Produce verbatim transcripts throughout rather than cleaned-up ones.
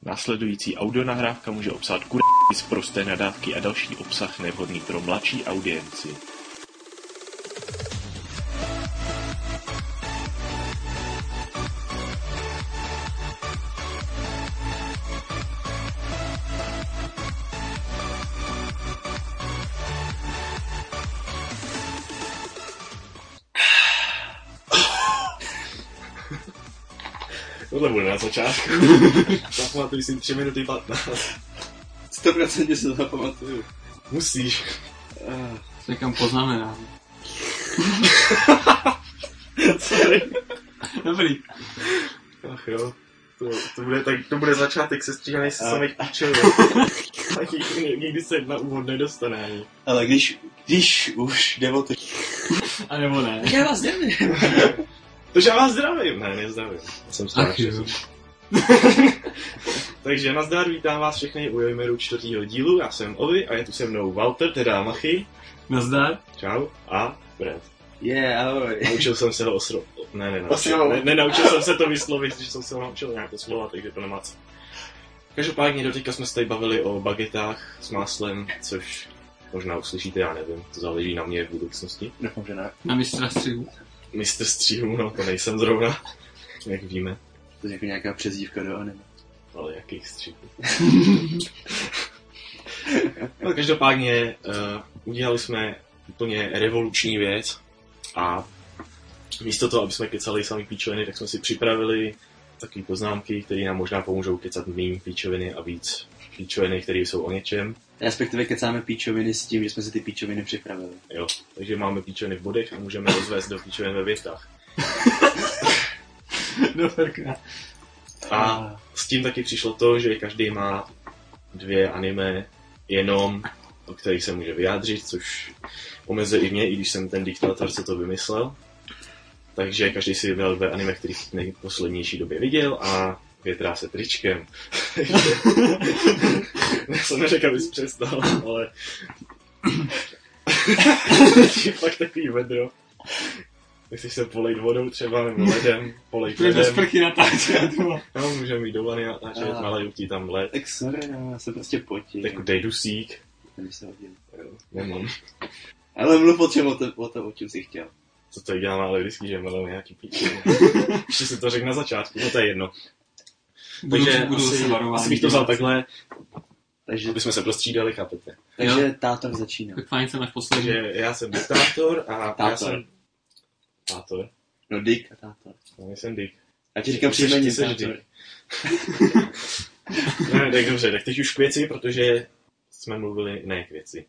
Následující audionahrávka může obsahovat kurvy, sprosté nadávky a další obsah nevhodný pro mladší audienci. Tohle bude na začátku. Zapamatuj si tři minuty patnáct. sto procent se to zapamatuju. Musíš. Uh, Se někam poznamenám. Sorry. Dobrý. Ach jo. To, to, bude, tak, to bude začátek sestříhaný se samých píčově. Nikdy se na úvod nedostane ani. Ale když, když už jde o to... A nebo ne. Já vás nevím. Takže já vás zdravím. Ne, nezdravím. Jsem Ach jo. Takže nazdar, vítám vás všechny u Jojmeru čtvrtýho dílu. Já jsem Ovi a je tu se mnou Walter, teda Machy. Nazdar. Čau. A Brad. Je, yeah, ahoj. Naučil jsem se ho osro... Ne, ne, ne, ne, nenaučil jsem se to vyslovit, že jsem se ho naučil nějaké slova, takže to nemá co. Každopádně doteďka jsme se tady bavili o bagetách s máslem, což možná uslyšíte, já nevím, to záleží na mě v budoucnosti. Doufám, že ne. Na mistra střihu. Mistr stříhů, no to nejsem zrovna, jak víme. To je jako nějaká přezdívka do anime. Ale jakých stříhů? No každopádně uh, udělali jsme úplně revoluční věc a místo toho, aby jsme kecali sami píčoviny, tak jsme si připravili takové poznámky, které nám možná pomůžou kecat méně píčoviny a víc píčoviny, které jsou o něčem. Respektive kecáme píčoviny s tím, že jsme si ty píčoviny připravili. Jo, takže máme píčoviny v bodech a můžeme rozvést do píčovin ve větách. Dobrá. A s tím taky přišlo to, že každý má dvě anime jenom, o kterých se může vyjádřit, což omezuje i mě, i když jsem ten diktátor, co to vymyslel. Takže každý si vybral dvě anime, kterých v nejposlednější době viděl a větrá se tričkem. Já jsem neřekl, abys přestal, ale... je fakt takový vedro. Chceš se polejt vodou třeba, nebo ledem, polejt To je bez ledem. prchy natáčet. No, můžeme jít do vany natáčet, Ah. nalejou ti tam led. Tak sorry, no, já se prostě potím. Tak dej dusík. Když se hodil. Jo, nemám. Ale mluv o čem, o tom, o tom, o čem jsi chtěl. Co to dělá, ale vždycky, že máme nějaký píči. Ještě si to řekl na začátku, no to je jedno. Budu, Takže budu asi, zase varování. asi bych to vzal takhle, Takže, aby jsme se prostřídali, chápete. takže tátor začíná. Tak fajn, jsem až poslední. Takže já jsem diktátor a já Tátor. jsem... Tátor? No Dick a tátor. No, já jsem dik. Já ti říkám Ty jsi- příjmení ty jsi tátor. Dick. Ne, tak dobře, tak teď už k věci, protože jsme mluvili ne k věci.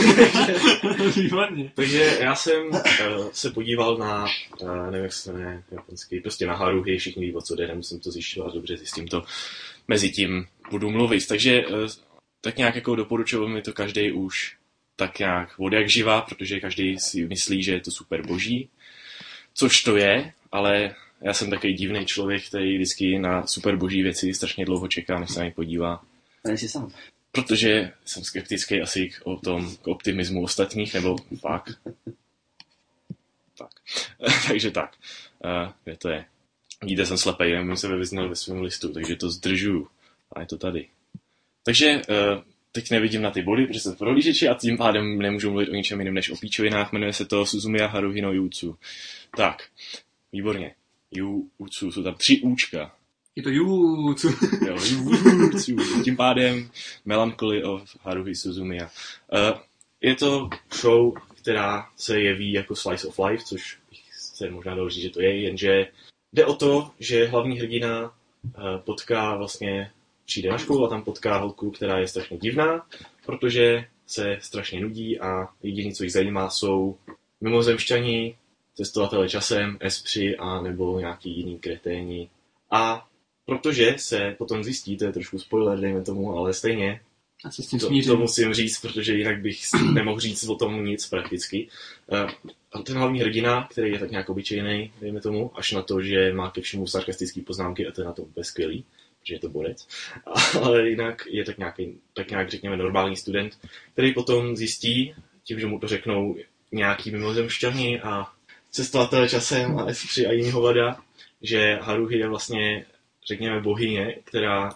Výborně. Takže já jsem uh, se podíval na, uh, nevím, jak se jmenuje japonský, prostě na Haruhi, všichni ví, o co jde, nemusím to zjišťovat, dobře zjistím to, mezi tím budu mluvit. Takže uh, tak nějak jako doporučoval mi to každý už tak nějak od jak živá, protože každý si myslí, že je to super boží, což to je, ale já jsem takový divný člověk, který vždycky na super boží věci strašně dlouho čeká, než se na ně podívá. A nejsi sám. Protože jsem skeptický asi k, o tom, k optimismu ostatních, nebo fakt. Tak. Takže tak. Uh, kde to je? Vidíte, jsem slepej, nemůžu se vyznal ve svém listu, takže to zdržuju. A je to tady. Takže uh, teď nevidím na ty body, protože jsem v prohlížeči a tím pádem nemůžu mluvit o ničem jiném než o píčovinách. Jmenuje se to Suzumiya Haruhi no Jutsu. Tak, výborně. Jutsu, jsou tam tři účka. Je to Jutsu. Jo, Jutsu. Tím pádem Melancholy of Haruhi Suzumiya. Uh, je to show, která se jeví jako slice of life, což bych se možná dalo říct, že to je, jenže jde o to, že hlavní hrdina uh, potká vlastně, přijde na školu a tam potká holku, která je strašně divná, protože se strašně nudí a jediné, co jich zajímá, jsou mimozemšťani, cestovatelé časem, espři a nebo nějaký jiný kreténi. A protože se potom zjistí, to je trošku spoiler, dejme tomu, ale stejně A se s tím to, smířím. to musím říct, protože jinak bych nemohl říct o tom nic prakticky. Uh, ten hlavní hrdina, který je tak nějak obyčejný, dejme tomu, až na to, že má ke všemu sarkastické poznámky a to je na to úplně skvělý, protože je to borec. Ale jinak je tak, nějaký, tak nějak, řekněme, normální student, který potom zjistí, tím, že mu to řeknou nějaký mimozemšťani a cestovatelé časem a espři a jiný hovada, že Haruhi je vlastně, řekněme, bohyně, která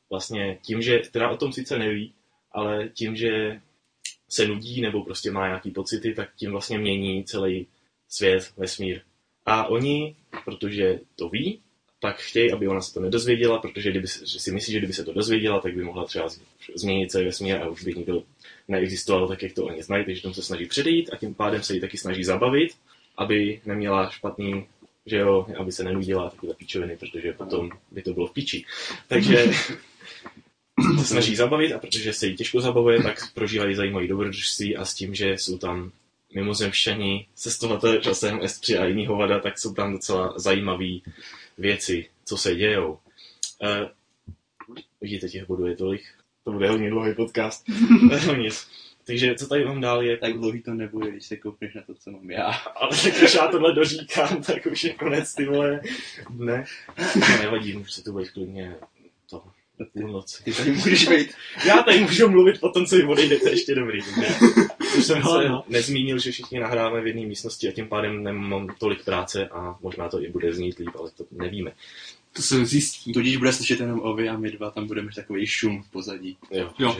vlastně tím, že teda o tom sice neví, ale tím, že se nudí nebo prostě má nějaký pocity, tak tím vlastně mění celý svět, vesmír. A oni, protože to ví, tak chtějí, aby ona se to nedozvěděla, protože kdyby, že si myslí, že kdyby se to dozvěděla, tak by mohla třeba změnit celý vesmír a už by nikdo neexistoval tak, jak to oni znají, takže tomu se snaží předejít a tím pádem se jí taky snaží zabavit, aby neměla špatný, že jo, aby se nenudila takové píčoviny, protože potom by to bylo v píči. Takže se snaží zabavit a protože se jí těžko zabavuje, tak prožívají zajímavé dobrodružství a s tím, že jsou tam mimozemšťani cestovat časem S tři a jiný hovada, tak jsou tam docela zajímavé věci, co se dějou. Uh, vidíte, těch bodů je tolik. To bude hodně dlouhý podcast. No nic. Takže co tady mám dál je... Tak dlouhý to nebude, když se koupneš na to, co mám já. Ale tak když já tohle doříkám, tak už je konec, ty vole. Ne. To nevadí, můžu se tu být klidně to půlnoci. Ty tady můžeš být. Já tady můžu mluvit po tom, co jim odejde, to je ještě dobrý. Už jsem se nezmínil, že všichni nahráme v jedné místnosti a tím pádem nemám tolik práce a možná to i bude znít líp, ale to nevíme. To se zjistí. Tudíž bude slyšet jenom Ovi a my dva tam budeme takový šum v pozadí. Jo. Jo.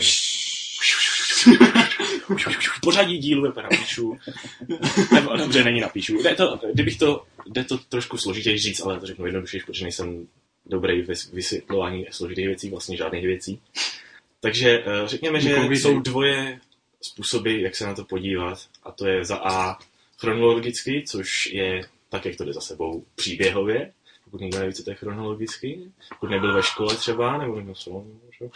Pořadí dílu je napíšu. Nebo dobře, není napíšu. Jde to, kdybych to, jde to trošku složitěji říct, ale to řeknu jednodušeji, protože nejsem dobrý ve vysvětlování složitých věcí, vlastně žádných věcí. Takže řekněme, že jsou dvoje způsoby, jak se na to podívat. A to je za A chronologicky, což je tak, jak to jde za sebou příběhově. Pokud někdo neví, co to je chronologicky. Pokud nebyl ve škole třeba, nebo nebyl v škole.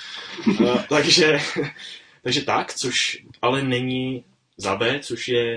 Takže... Takže tak, což ale není za B, což je...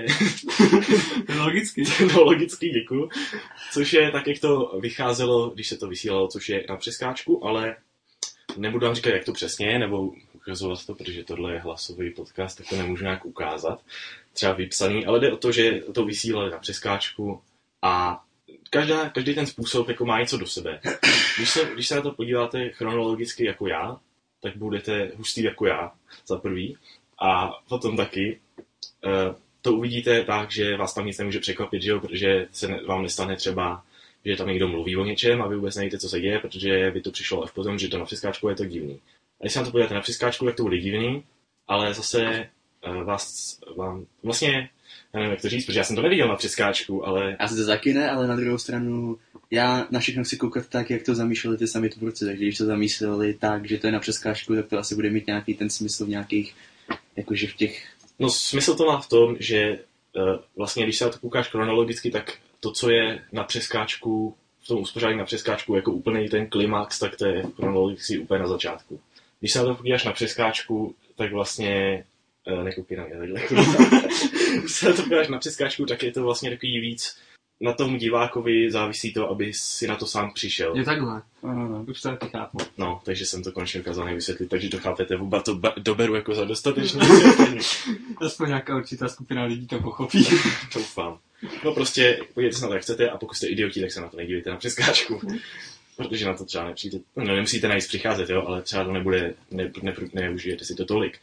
Logicky. No, logicky, děkuju. Což je tak, jak to vycházelo, když se to vysílalo, což je na přeskáčku, ale nebudu vám říkat, jak to přesně je, nebo ukazovat to, protože tohle je hlasový podcast, tak to nemůžu nějak ukázat. Třeba vypsaný, ale jde o to, že to vysílali na přeskáčku a každá, každý ten způsob jako má něco do sebe. Když se, když se na to podíváte chronologicky jako já, tak budete hustý jako já, za prvý. A potom taky uh, to uvidíte tak, že vás tam nic nemůže překvapit, že jo? Protože se ne, vám nestane třeba, že tam někdo mluví o něčem a vy vůbec nevíte, co se děje, protože by to přišlo až potom, že to na přeskáčku je to divný. A když se na to podíváte na přeskáčku, tak to bude divný, ale zase uh, vás, vám, vlastně, já nevím, jak to říct, protože já jsem to neviděl na přeskáčku, ale... Já se to taky ne, ale na druhou stranu já na všechno chci koukat tak, jak to zamýšleli ty sami tvůrci, takže když to zamýšleli tak, že to je na přeskáčku, tak to asi bude mít nějaký ten smysl v nějakých, jakože v těch... No smysl to má v tom, že uh, vlastně když se na to koukáš chronologicky, tak to, co je na přeskáčku, v tom uspořádání na přeskáčku jako úplný ten klimax, tak to je chronologicky úplně na začátku. Když se na to podíváš na přeskáčku, tak vlastně uh, nekoukej na mě takhle. Když se na to podíváš na přeskáčku, tak je to vlastně takový víc na tom divákovi závisí to, aby si na to sám přišel. Je takhle. Ano, no. Už to taky chápu. No, takže jsem to konečně ukázal vysvětlit, takže to chápete, vůbec to ba- doberu jako za dostatečné vysvětlení. Aspoň nějaká určitá skupina lidí to pochopí. Doufám. No prostě, podívejte se na to, jak chcete a pokud jste idioti, tak se na to nedívejte na přeskáčku. Protože na to třeba nepřijde, no nemusíte najít přicházet, jo, ale třeba to nebude, ne, ne, neužijete si to tolik.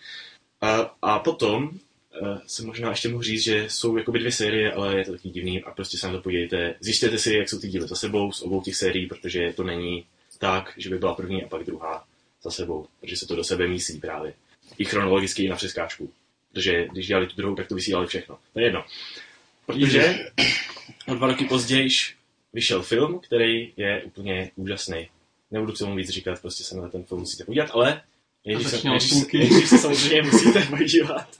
A, a potom uh, se možná ještě mohu říct, že jsou jakoby dvě série, ale je to taky divný a prostě se na to podívejte. Zjistěte si, jak jsou ty díly za sebou z obou těch sérií, protože to není tak, že by byla první a pak druhá za sebou, protože se to do sebe mísí právě. I chronologicky i na přeskáčku. Protože když dělali tu druhou, tak to vysílali všechno. To je jedno. Protože o dva roky později vyšel film, který je úplně úžasný. Nebudu k tomu víc říkat, prostě se na ten film musíte podívat, ale nejdřív se, nejdřív, nejdřív se samozřejmě musíte podívat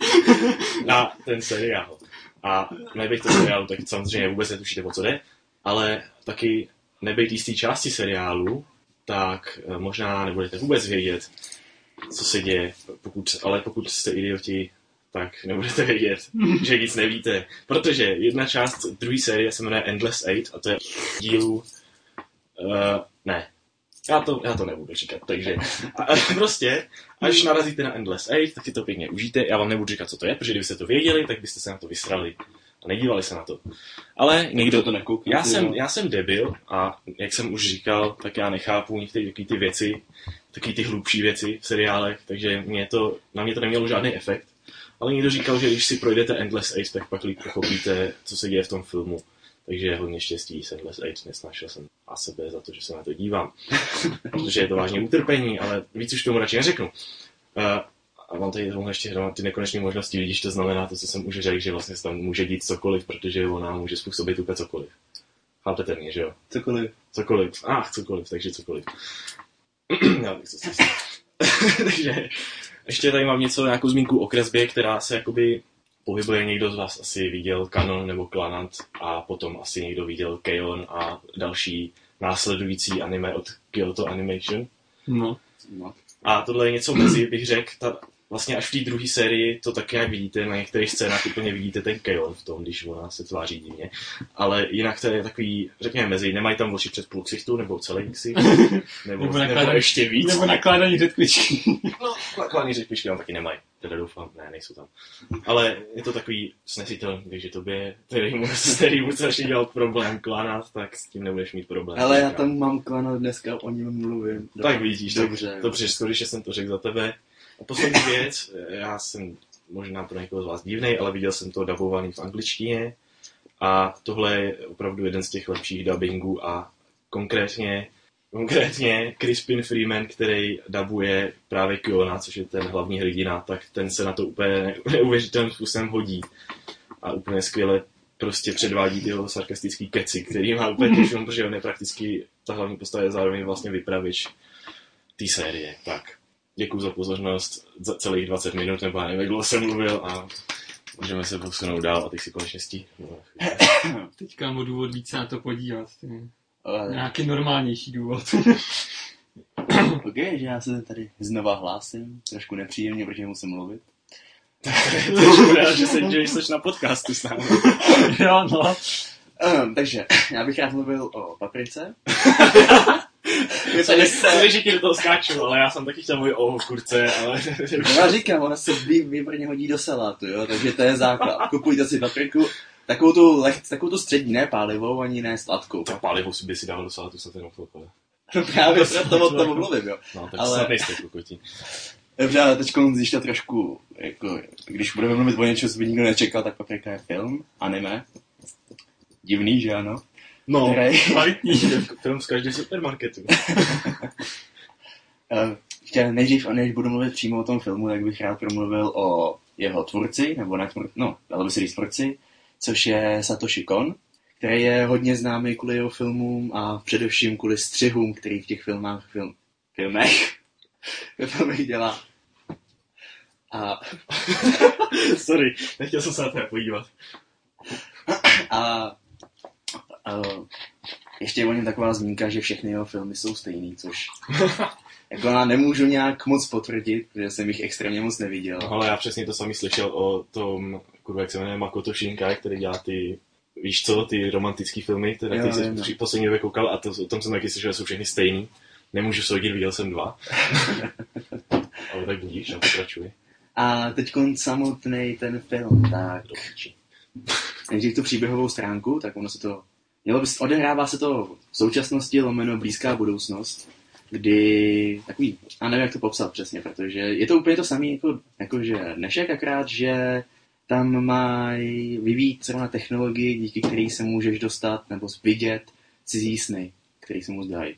na ten seriál. A nebejt to seriálu, tak samozřejmě vůbec netušíte, o co jde, ale taky nebejt jistý části seriálu, tak možná nebudete vůbec vědět, co se děje, pokud, ale pokud jste idioti, tak nebudete vědět, že nic nevíte. Protože jedna část druhé série se jmenuje Endless Eight a to je dílu... Uh, ne, já to, já to nebudu říkat, takže a, prostě, až narazíte na Endless Eight, tak si to pěkně užijte. Já vám nebudu říkat, co to je, protože kdybyste to věděli, tak byste se na to vysrali a nedívali se na to. Ale někdo to nekoukne. Já jsem, já jsem debil a jak jsem už říkal, tak já nechápu některé ty, ty věci, taky ty hlubší věci v seriálech, takže mě to, na mě to nemělo žádný efekt. Ale někdo říkal, že když si projdete Endless Eight, tak pak líp pochopíte, co se děje v tom filmu. Takže hodně štěstí jsem les Age, nesnášel jsem a sebe za to, že se na to dívám. Protože je to vážně utrpení, ale víc už tomu radši neřeknu. Uh, a mám tady tohle ještě ty nekonečné možnosti, vidíš, to znamená to, co jsem už řekl, že vlastně se tam může dít cokoliv, protože ona může způsobit úplně cokoliv. Chápete mě, že jo? Cokoliv. Cokoliv. Ach, cokoliv, takže cokoliv. Já bych se Takže ještě tady mám něco, nějakou zmínku o kresbě, která se jakoby pohybuje. Někdo z vás asi viděl Kanon nebo Clannad a potom asi někdo viděl K-On a další následující anime od Kyoto Animation. No. No. A tohle je něco mezi, bych řekl, ta, vlastně až v té druhé sérii to tak nějak vidíte, na některých scénách úplně vidíte ten K-On v tom, když ona se tváří divně. Ale jinak to je takový, řekněme mezi, nemají tam oči přes půl ksichtu, nebo celý ksicht, nebo, nebo, nebo ještě víc. Nebo nakládaní řetkvičky. No, nakládaní řetkvičky tam taky nemají, teda doufám, ne, nejsou tam. Ale je to takový snesitelný, takže tobě, který mu, který mu začne dělat problém Clannad, tak s tím nebudeš mít problém. Ale já tam mám Clannad dneska, o něm mluvím. Tak vidíš, dobře. Dobře, skoro, že jsem to řekl za tebe. A poslední věc, já jsem možná pro někoho z vás divnej, ale viděl jsem to dabovaný v angličtině a tohle je opravdu jeden z těch lepších dubbingů a konkrétně, konkrétně Crispin Freeman, který dabuje právě Kyona, což je ten hlavní hrdina, tak ten se na to úplně neuvěřitelným způsobem hodí a úplně skvěle prostě předvádí tyho sarkastický keci, který má úplně těžší, protože on je prakticky, ta hlavní postava je zároveň vlastně vypravič té série. Tak. Děkuju za pozornost za celých dvacet minut, nebo já nevím, jak dlouho jsem mluvil a můžeme se posunout dál a teď si konečně stihnu. Teďka mám důvod víc se na to podívat. Ale... Nějaký normálnější důvod. Ok, že já se tady znova hlásím, trošku nepříjemně, protože musím mluvit. To je škoda, že se že jsi na podcastu s námi. Jo, no. Um, takže, já bych rád mluvil o paprice. Sorry, že ti do toho skáču, ale já jsem taky chtěl mluvit o kurce, ale... No já říkám, ona se výborně hodí do salátu, jo, takže to je základ. Kupujte si papriku, takovou tu, leh, takovou tu střední, ne pálivou, ani ne sladkou. Tak pálivou si by si dal do salátu snad jenom chvilku. No právě proto o tom mluvím, jo. No, tak ale... snad nejste kokoti. Dobře, ale teď když to trošku, jako, když budeme mluvit o něčem, co by nikdo nečekal, tak paprika je film, anime. Divný, že ano? No, kvalitní. Film z každého supermarketu. Chtěl nejdřív, než budu mluvit přímo o tom filmu, tak bych rád promluvil o jeho tvůrci, nebo ne tvůrci, no, dalo by se říct tvůrci, což je Satoshi Kon, který je hodně známý kvůli jeho filmům a především kvůli střihům, který v těch filmách, film, filmech, ve filmech dělá. A... Sorry, nechtěl jsem se na to podívat. A... a ještě je o něm taková zmínka, že všechny jeho filmy jsou stejný, což jako já nemůžu nějak moc potvrdit, protože jsem jich extrémně moc neviděl. No, ale já přesně to samý slyšel o tom, kurva, jak se jmenuje, Makoto Shinkai, který dělá ty, víš co, ty romantický filmy, které ty jsi no. poslední době koukal a to, o tom jsem taky slyšel, že jsou všechny stejný. Nemůžu soudit, viděl jsem dva. Ale tak budíš, a pokračuj. A teďkon samotný ten film, tak... Nejdřív tu příběhovou stránku, tak ono se to... Mělo by, odehrává se to v současnosti, lomeno blízká budoucnost, kdy takový, a nevím, jak to popsat přesně, protože je to úplně to samé, jako, jako že dnešek, akrát, že tam mají vyvíjet zrovna technologii, díky který se můžeš dostat nebo vidět cizí sny, který se mu zdají.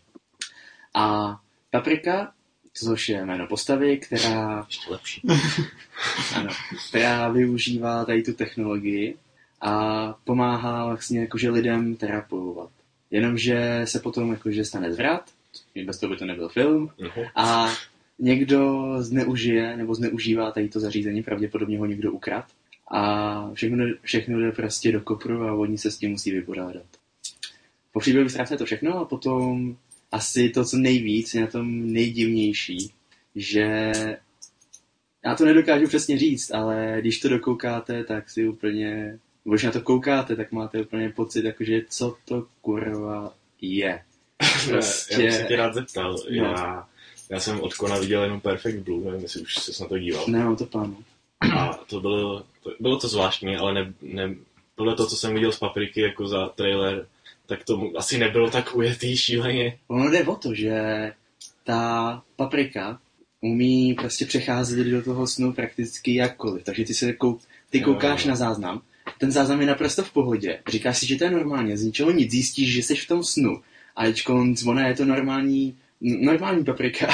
A Paprika, což je jméno postavy, která... Ještě lepší. Ano, která využívá tady tu technologii a pomáhá vlastně jakože lidem terapovat. Jenomže se potom jakože stane zvrat, bez toho by to nebyl film, uh-huh. a někdo zneužije nebo zneužívá tady to zařízení, pravděpodobně ho někdo ukrad a všechno, všechno jde prostě do kopru a oni se s tím musí vypořádat. Po příběhu strávce to všechno a potom asi to, co nejvíc je na tom nejdivnější, že já to nedokážu přesně říct, ale když to dokoukáte, tak si úplně, když na to koukáte, tak máte úplně pocit, jakože co to kurva je. Prostě... Já bych se tě rád zeptal. No. Já, já jsem od Kona viděl jenom Perfect Blue, nevím, jestli už jsi na to díval. Ne, mám to plánu. A to bylo to, bylo to zvláštní, ale ne, ne, tohle to, co jsem viděl z Papriky jako za trailer, tak to asi nebylo tak ujetý šíleně. Ono jde o to, že ta Paprika umí prostě přecházet do toho snu prakticky jakkoliv. Takže ty se kou, ty koukáš jo. na záznam ten záznam je naprosto v pohodě. Říkáš si, že to je normálně, z ničeho nic, zjistíš, že jsi v tom snu. A teďko ona je to normální, normální paprika.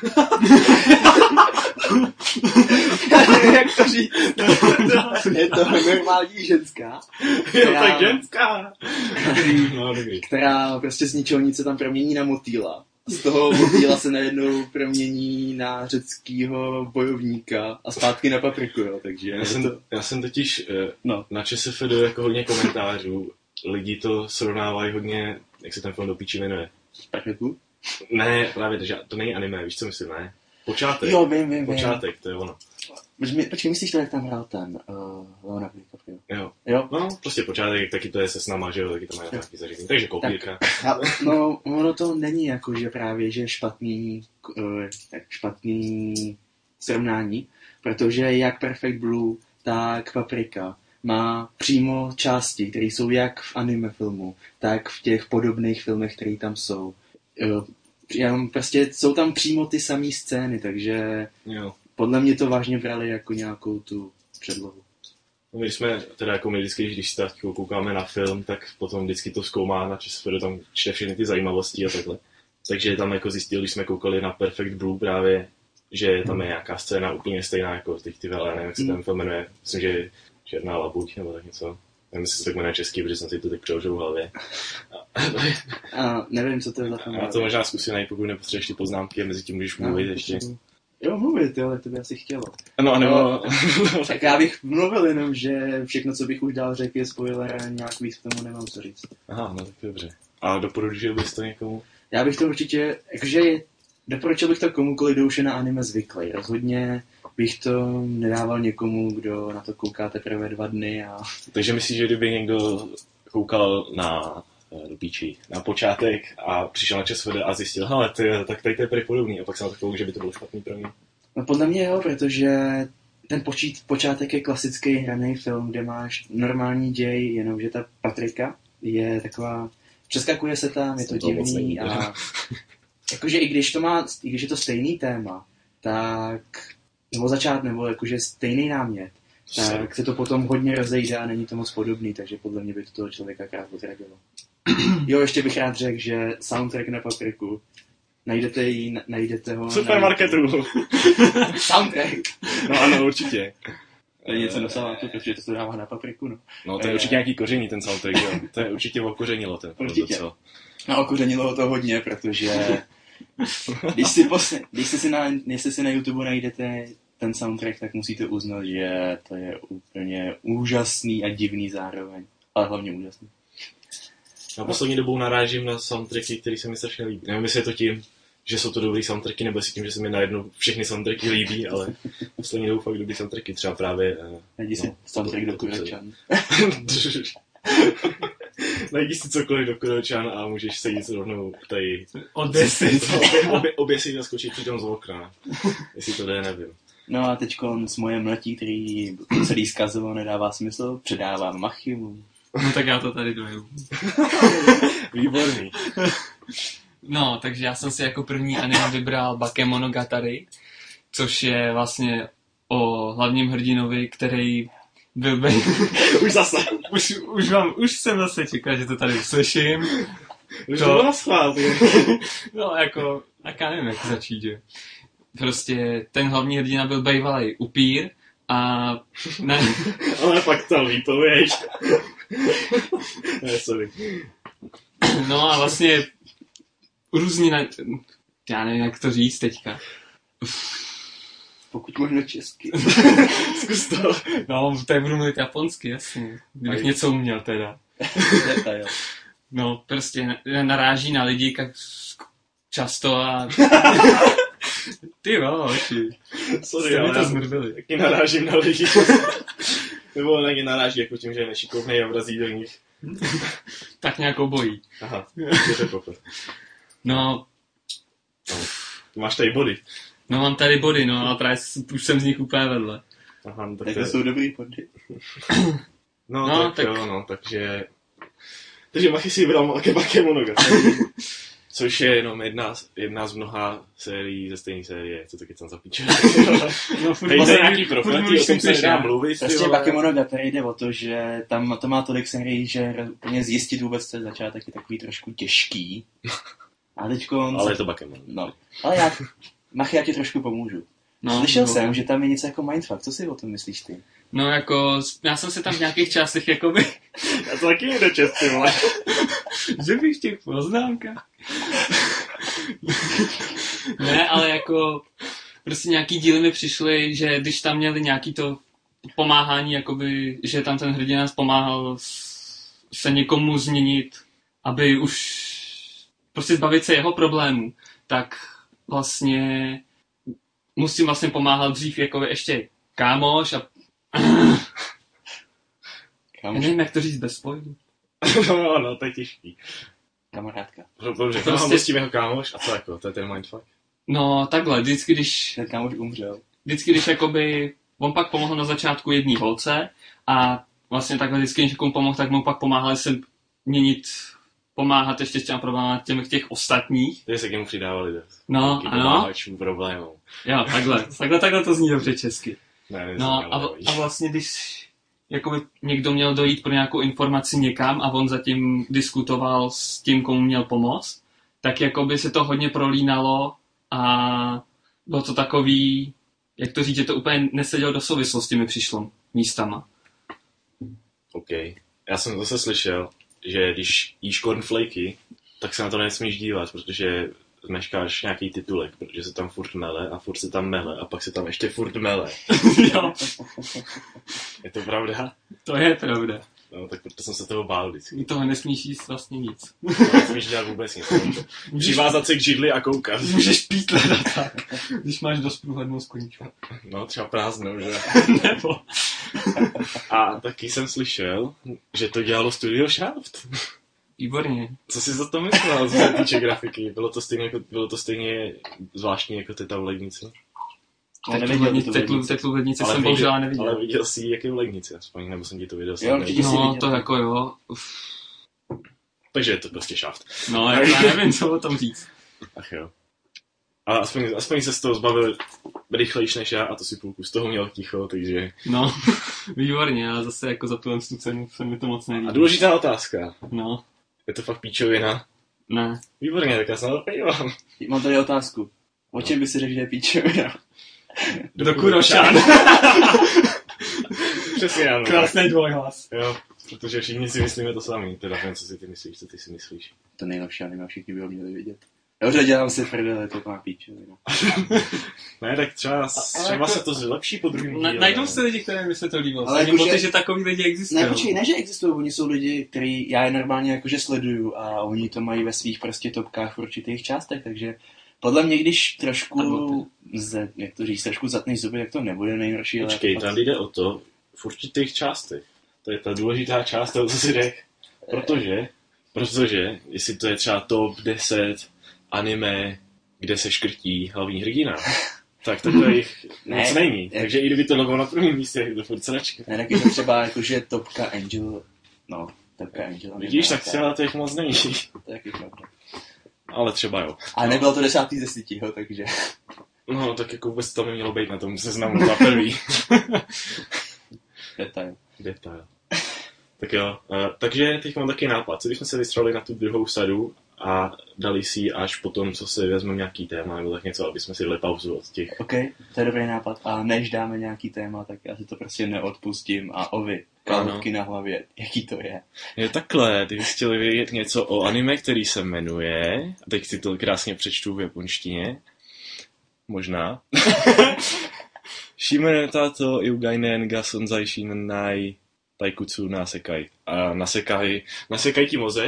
Jak to říct? Je to normální ženská. Jo, tak ženská. No, dobrý. Která prostě z ničeho nic se tam promění na motýla. Z toho motýla se najednou promění na řeckýho bojovníka a zpátky na papriku, jo, takže... Já jsem, to... já jsem totiž eh, no. na ČSFD jako hodně komentářů. Lidi to srovnávají hodně, jak se ten film do píči jmenuje. Papriku? Ne, právě, to, to není anime, víš co myslím, ne? Počátek. Jo, vím, vím, Počátek, vím. to je ono. Počkej, počkej, myslíš to, jak tam hrál ten uh, Leonardo DiCaprio? Jo. Jo? No, prostě počátek, taky to je se snama, že jo, taky tam mají nějaký zařízení. Takže kopírka. Tak, no, ono to není jako, že právě, že špatný, uh, špatný srovnání, protože jak Perfect Blue, tak Paprika má přímo části, které jsou jak v anime filmu, tak v těch podobných filmech, které tam jsou. Uh, jenom prostě jsou tam přímo ty samé scény, takže jo. Podle mě to vážně brali jako nějakou tu předlohu. No, my jsme, teda jako my vždycky, když se koukáme na film, tak potom vždycky to zkoumá na ČSFD, tam čte všechny ty zajímavosti a takhle. Takže tam jako zjistil, když jsme koukali na Perfect Blue právě, že tam je nějaká scéna úplně stejná jako teď ty vele, nevím, jak se ten film jmenuje, myslím, že je Černá labuť nebo tak něco. Nevím, jestli se to jmenuje česky, protože jsem si to teď přeložil v hlavě. A nevím, co to je za film. Já to možná zkusím najít, pokud nepotřebuješ ty poznámky a mezi tím můžeš mluvit no, ještě. Jo, mluvit, jo, ale to by asi chtělo. No, nebo... No, tak já bych mluvil jenom, že všechno, co bych už dál řekl, je spoiler a nějak víc k tomu nemám co říct. Aha, no tak dobře. A doporučil bys to někomu? Já bych to určitě, jakože doporučil bych to komukoliv, kdo už je na anime zvyklý. Rozhodně bych to nedával někomu, kdo na to kouká teprve dva dny a... Takže myslíš, že kdyby někdo koukal na do píči, na počátek a přišel na ČSFD a zjistil, hele, ty, tak tady to je podobný a pak jsem takovou, že by to bylo špatný pro mě. No podle mě jo, protože ten počít, počátek je klasický hraný film, kde máš normální děj, jenomže ta Paprika je taková, přeskakuje se tam, je to divný a jakože i když to má, i když je to stejný téma, tak nebo začát, nebo jakože stejný námět, tak se to potom hodně rozejde a není to moc podobný, takže podle mě by to toho člověka krát odradilo. Jo, ještě bych rád řekl, že soundtrack na Papriku, najdete, ji, najdete ho... Supermarketu! Soundtrack! No ano, určitě. To je něco dosávátu, protože to se dává na Papriku, no. No to je určitě nějaký koření ten soundtrack, jo. To je určitě okořenilo ten. Určitě. No okořenilo to hodně, protože když si, posle, když si, na, jestli si na YouTube najdete ten soundtrack, tak musíte uznat, že to je úplně úžasný a divný zároveň. Ale hlavně úžasný. Na poslední dobou narážím na soundtracky, který se mi strašně líbí. Nevím, jestli je to tím, že jsou to dobrý soundtracky, nebo jestli tím, že se mi najednou všechny soundtracky líbí, ale poslední dobou fakt dobrý soundtracky, třeba právě... Najdi si no, soundtrack do Kuročan. Najdi si cokoliv do Kuročan a můžeš se jít rovnou tady... Odesit. Obě, obě, obě si zaskočit přitom z okna. Jestli to jde, nevím. No a teďko s moje mletí, který celý zkazoval, nedává smysl, předávám Machimu. No tak já to tady dojedu. Výborný. No, takže já jsem si jako první anime vybral Bakemonogatari, což je vlastně o hlavním hrdinovi, který byl... Be... už zase. už, už, vám, už jsem zase čekal, že to tady uslyším. Už to bylo schvál, no, jako, tak já nevím, jak začít, že? Prostě ten hlavní hrdina byl bejvalej upír a... Ne... Ale pak to výpověď. Ne, sorry. No a vlastně různý, na... já nevím, jak to říct teďka. Pokud možno česky. Zkus to. No, tady budu mluvit japonsky, jasně. Kdybych Aj. něco uměl teda. No, prostě naráží na lidi jak často a... Ty jo, oči. Sorry, ale to zmrbili. Taky narážím na lidi. Nebo na ně naráží jako tím, že je nešikovnej a vrazí do nich. Tak nějakou bojí. Aha, je to pochod. No. no. Máš tady body. No mám tady body, no, ale právě už jsem z nich úplně vedle. Aha, no tak to, to je... jsou dobrý body. No, no tak, tak jo, no, takže... Takže Machy si vybral Bakemonogatari. Což je jenom jedna, jedna z mnoha sérií ze stejné série, co to kecan zapíče. No, Hej, to je nějaký profletí, o tom se nedá mluvit. Prostě Bakemonogatari jde o to, že tam to má tolik sérií, že úplně zjistit vůbec ten začátek je takový trošku těžký. A teďko... Ale je to Bakemon. No, ale já, Machy, já ti trošku pomůžu. No, Slyšel no. jsem, že tam je něco jako mindfuck. Co si o tom myslíš ty? No jako, já jsem se tam v nějakých částech jakoby... Já to taky jde čestý, vole. Že bych v těch poznámkách. Ne, ale jako... Prostě nějaký díly mi přišly, že když tam měli nějaký to pomáhání, jakoby, že tam ten hrdina pomáhal se někomu změnit, aby už prostě zbavit se jeho problémů, tak vlastně musím vlastně pomáhat dřív jako ještě kámoš a... Kámoš. Já nevím, jak to říct bez spoilu. No, no, to je těžký. Kamarádka. Dobře, prostě... no, s tím jeho kámoš a co jako, to je ten mindfuck? No, takhle, vždycky, když... Ten kámoš umřel. Vždycky, když jakoby... On pak pomohl na začátku jedné holce a vlastně takhle vždycky, když někomu pomohl, tak mu pak pomáhali se měnit, pomáhat ještě s těma problémy těch, těch ostatních. Takže se k němu přidávali dost. No, Taký ano. pomáhačů problémů. Jo, takhle, takhle, takhle to zní dobře česky. Ne, no a, a vlastně, když jakoby někdo měl dojít pro nějakou informaci někam a on zatím diskutoval s tím, komu měl pomoct, tak jakoby se to hodně prolínalo a bylo to takový, jak to říct, že to úplně nesedělo do souvislosti, mi přišlo místama. OK. Já jsem zase slyšel, že když jíš cornflakey, tak se na to nesmíš dívat, protože zmeškáš nějaký titulek, protože se tam furt mele a furt se tam mele a pak se tam ještě furt mele. Jo. Je to pravda? To je pravda. No, tak proto jsem se toho bál vždycky. U toho nesmíš jíst vlastně nic. Nesmíš dělat vůbec nic. Přivázat se k židli a koukat. Můžeš pítlet a tak, když máš dost průhlednou skleničku. No, třeba prázdnou, že? Nebo. A taky jsem slyšel, že to dělalo Studio Shaft. Výborně. Co jsi za to myslel, z týče grafiky? Bylo to stejně, jako, bylo to stejně zvláštní jako Teta v lednici? Tetlu v lednici jsem bohužel neviděl. Ale viděl jsi, jak je v lednici, aspoň, nebo jsem ti to viděl. Jo, určitě no, to jako jo. Uf. Takže je to prostě Shaft. No, já nevím, co o tom říct. Ach jo. Ale aspoň, aspoň se z toho zbavil rychlejš než já a to si půlku z toho měl ticho, takže... No, výborně, ale zase jako za tuhle tu cenu se mi to moc nelíbí. A důležitá otázka. No. Je to fakt píčovina? Ne. Výborně, tak já se na to podívám. Mám tady otázku. O čem by si řekl, že je píčovina? Do Kurošan. Přesně ano. Krásný dvojhlas. Jo, protože všichni si myslíme to samý. Teda nevím, co si ty myslíš, co ty si myslíš. To nejlepší anime, všichni by ho měli vidět. Dobře, dělám si prdele, to má píčovina. Ne, tak třeba, třeba jako, se to zlepší po druhém díle. Najdou se lidi, které by se to líbilo. Ale jako, že, že, že takový lidi existují. Ne, počkej, ne, že existují, oni jsou lidi, který já je normálně jakože sleduju a oni to mají ve svých prostě topkách v určitých částech, takže podle mě, když trošku, z, jak to říct, trošku zatneš zuby, jak to nebude nejhorší. Počkej, tam jde o to, v určitých částech. To je ta důležitá část toho, co si řekl. Protože, protože, jestli to je třeba top deset anime, kde se škrtí hlavní hrdina, tak takových ne, moc není. Ne. Takže i kdyby to bylo na prvním místě, jak to furt sračka. Ne, tak je to třeba jakože topka Angel, no, topka Angel. Vidíš, tak třeba těch moc není. To je pravda. Ale třeba jo. A nebylo to desátý ze desítiho, takže... No, tak jako vůbec to mělo být na tom seznamu za prvý. Detail. Detail. Tak jo, uh, takže teď mám taky nápad. Co když jsme se vystrali na tu druhou sadu a dali si ji až potom, co si vezmeme nějaký téma, nebo tak něco, aby jsme si dali pauzu od těch. OK, to je dobrý nápad. A než dáme nějaký téma, tak já si to prostě neodpustím. A ovi, kalhotky na hlavě, jaký to je? Je takhle, ty bys chtěli vědět něco o anime, který se jmenuje, a teď si to krásně přečtu v japonštině. Možná. Shimene tato Yugainen ga sonzai shinai taikutsu nasekai. A nasekai, nasekai ti mozek.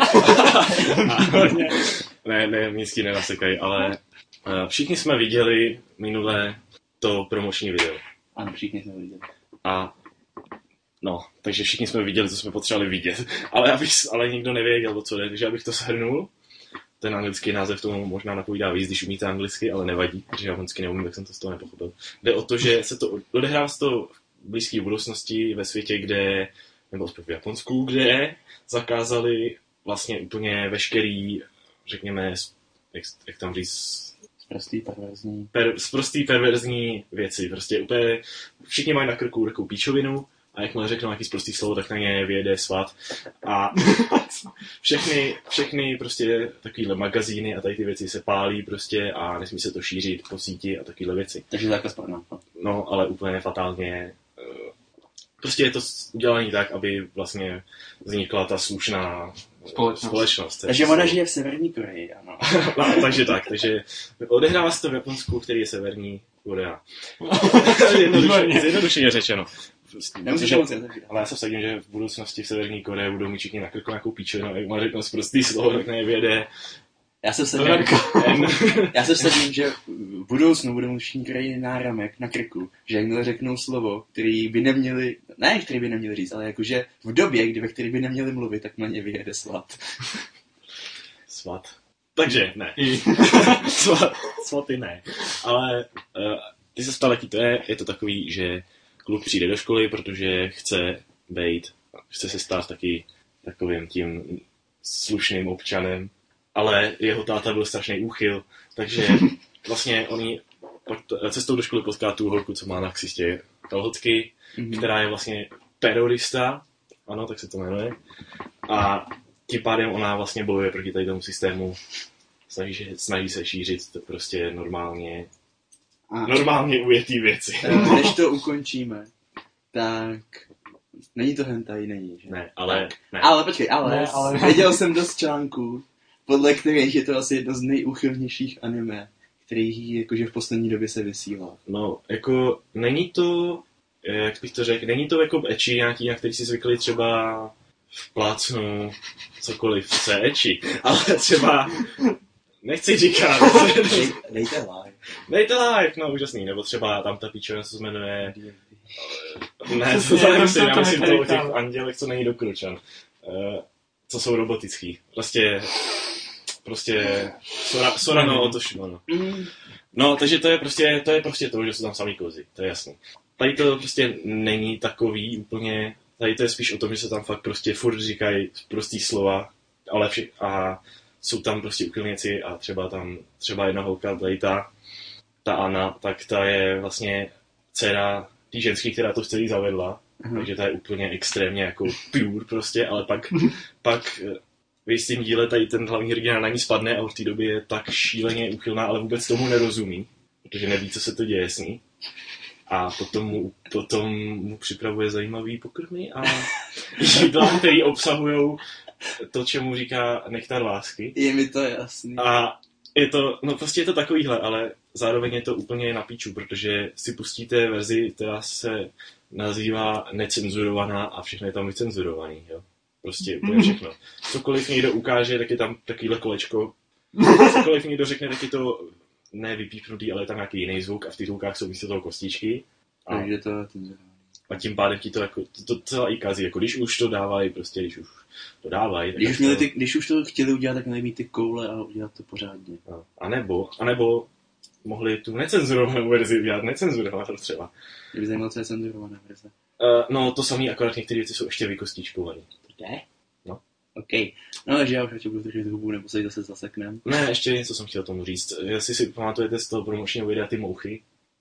ne, ne, nic ti nenasekai, ale uh, všichni jsme viděli minulé to promoční video. Ano, všichni jsme viděli. A no, takže všichni jsme viděli, co jsme potřebovali vidět. Ale, abych, ale nikdo nevěděl, o co jde, takže abych to shrnul. Ten anglický název tomu možná napovídá víc, když umíte anglicky, ale nevadí, protože já anglicky neumím, tak jsem to z toho nepochopil. Jde o to, že se to odehrává z toho v blízké budoucnosti ve světě, kde, nebo v Japonsku, kde zakázali vlastně úplně veškerý, řekněme, jak, jak tam říct, Sprostý, perverzní. Per, sprostý, perverzní věci. Prostě úplně všichni mají na krku takovou píčovinu a jakmile řeknou nějaký sprostý slovo, tak na ně vyjede svat. A všechny, všechny prostě takovýhle magazíny a tady ty věci se pálí prostě a nesmí se to šířit po síti a takovýhle věci. Takže zákaz porna. No, ale úplně fatálně. Prostě je to udělané tak, aby vlastně vznikla ta slušná společnost. společnost. Takže ona žije v Severní Koreji, ano. No, takže tak, takže odehrává se to v Japonsku, který je Severní Korea. Zjednodušeně, zjednodušeně řečeno. Nemusíš že, moc ale já se vsadím, že v budoucnosti v Severní Koreji budou mít všichni na krku nějakou píčovinu, a jak má řeknout prostý slovo, tak nevěde. Já se vsadím, já se vsadím, že v budoucnu budou všichni kraji náramek na krku, že jakmile řeknou slovo, který by neměli, ne, který by neměli říct, ale jakože v době, kdy ve který by neměli mluvit, tak na ně vyjede svat. Svat. Takže ne. svat, svaty ne. Ale uh, ty se ptal, jaký to je. Je to takový, že kluk přijde do školy, protože chce být, chce se stát taky takovým tím slušným občanem, ale jeho táta byl strašný úchyl, takže vlastně oni pak cestou do školy potká tu holku, co má na ksistě kalhotky, mm-hmm. která je vlastně terorista, ano, tak se to jmenuje, a tím pádem ona vlastně bojuje proti tady tomu systému, snaží, snaží se šířit to prostě normálně, a normálně ujetý věci. Než to ukončíme, tak není to hentai, není, že? Ne, ale... Ne. Ale počkej, ale, ne, ale... věděl jsem dost článků, podle kterých je to asi jedno z nejúchylnějších anime, který jakože v poslední době se vysílá. No, jako není to, jak bych to řekl, není to jako ecchi nějaký, na který si zvykli třeba v plácnu cokoliv, co je ecchi, ale třeba, nechci říkat. Dej, dejte live. Dejte live, no úžasný, nebo třeba tam ta píčovina, co se jmenuje... Ne, to tady myslím, já myslím to o těch andělech, co není dokručan. Co jsou robotický. Prostě... Prostě Sora, Sorano Otoshima, no. No, takže to je prostě to, je prostě to, že jsou tam samý kozy, to je jasný. Tady to prostě není takový úplně, tady to je spíš o tom, že se tam fakt prostě furt říkají prostý slova, ale vši, a jsou tam prostě úchylněci a třeba tam, třeba jedna holka, tady ta, ta Anna, tak ta je vlastně dcera tý ženský, která to celý zavedla, uh-huh. takže ta je úplně extrémně jako pure prostě, ale pak, pak v jistým díle tady ten hlavní hrdina na ní spadne a od té doby je tak šíleně úchylná, ale vůbec tomu nerozumí, protože neví, co se to děje s ní. A potom mu, potom mu připravuje zajímavý pokrmy a jídla, které obsahují to, čemu říká nektar lásky. Je mi to jasný. A je to, no prostě je to takovýhle, ale zároveň je to úplně na píču, protože si pustíte verzi, která se nazývá necenzurovaná a všechno je tam vycenzurovaný, jo. Prostě úplně všechno. Cokoliv někdo ukáže, tak je tam takovýhle kolečko. Cokoliv někdo řekne, tak je to ne vypípnutý, ale je tam nějaký jiný zvuk a v těch zvukách jsou místo toho kostičky. A, Takže to a tím pádem ti to jako, to, to celá i kazí, jako když už to dávají, prostě když už to dávají. Když už, měli ty, když už to chtěli udělat, tak měli mít ty koule a udělat to pořádně. No. A nebo, a nebo mohli tu necenzurovanou verzi udělat necenzurovanou třeba. Mě by zajímalo, co je cenzurovaná verze. Uh, no to samý, akorát některé věci jsou ještě vykostičkované. Ne? No. OK. No, takže já už ještě budu držet hubu, nebo se jí zase zaseknem. Ne, ještě něco jsem chtěl tomu říct. Jestli si pamatujete z toho promočního videa ty mouchy,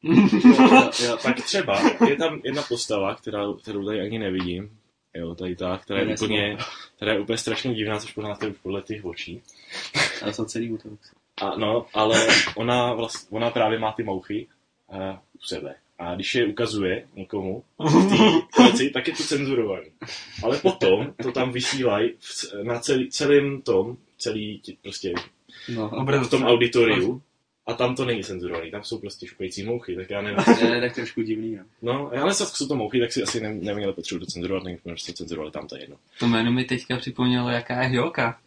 jo, jo. tak třeba je tam jedna postava, která, kterou tady ani nevidím. Jo, tady ta, která je, úplně, která je úplně strašně divná, což poznáte už podle těch očí. Ale jsou celý útok. A no, ale ona, vlast, ona právě má ty mouchy uh, u sebe. A když je ukazuje někomu v té věci, tak je to cenzurovaný. Ale potom to tam vysílají na celý, celým tom, celý prostě no, v tom auditoriu. A tam to není cenzurovaný, tam jsou prostě šupající mouchy, tak já nevím. Ne, tak trošku divný, jo. No, ale jsou to mouchy, tak si asi neměli potřebu to cenzurovat, nevím, že se cenzurovali tam, to je jedno. To jméno mi teďka připomnělo, jaká je Hyolka.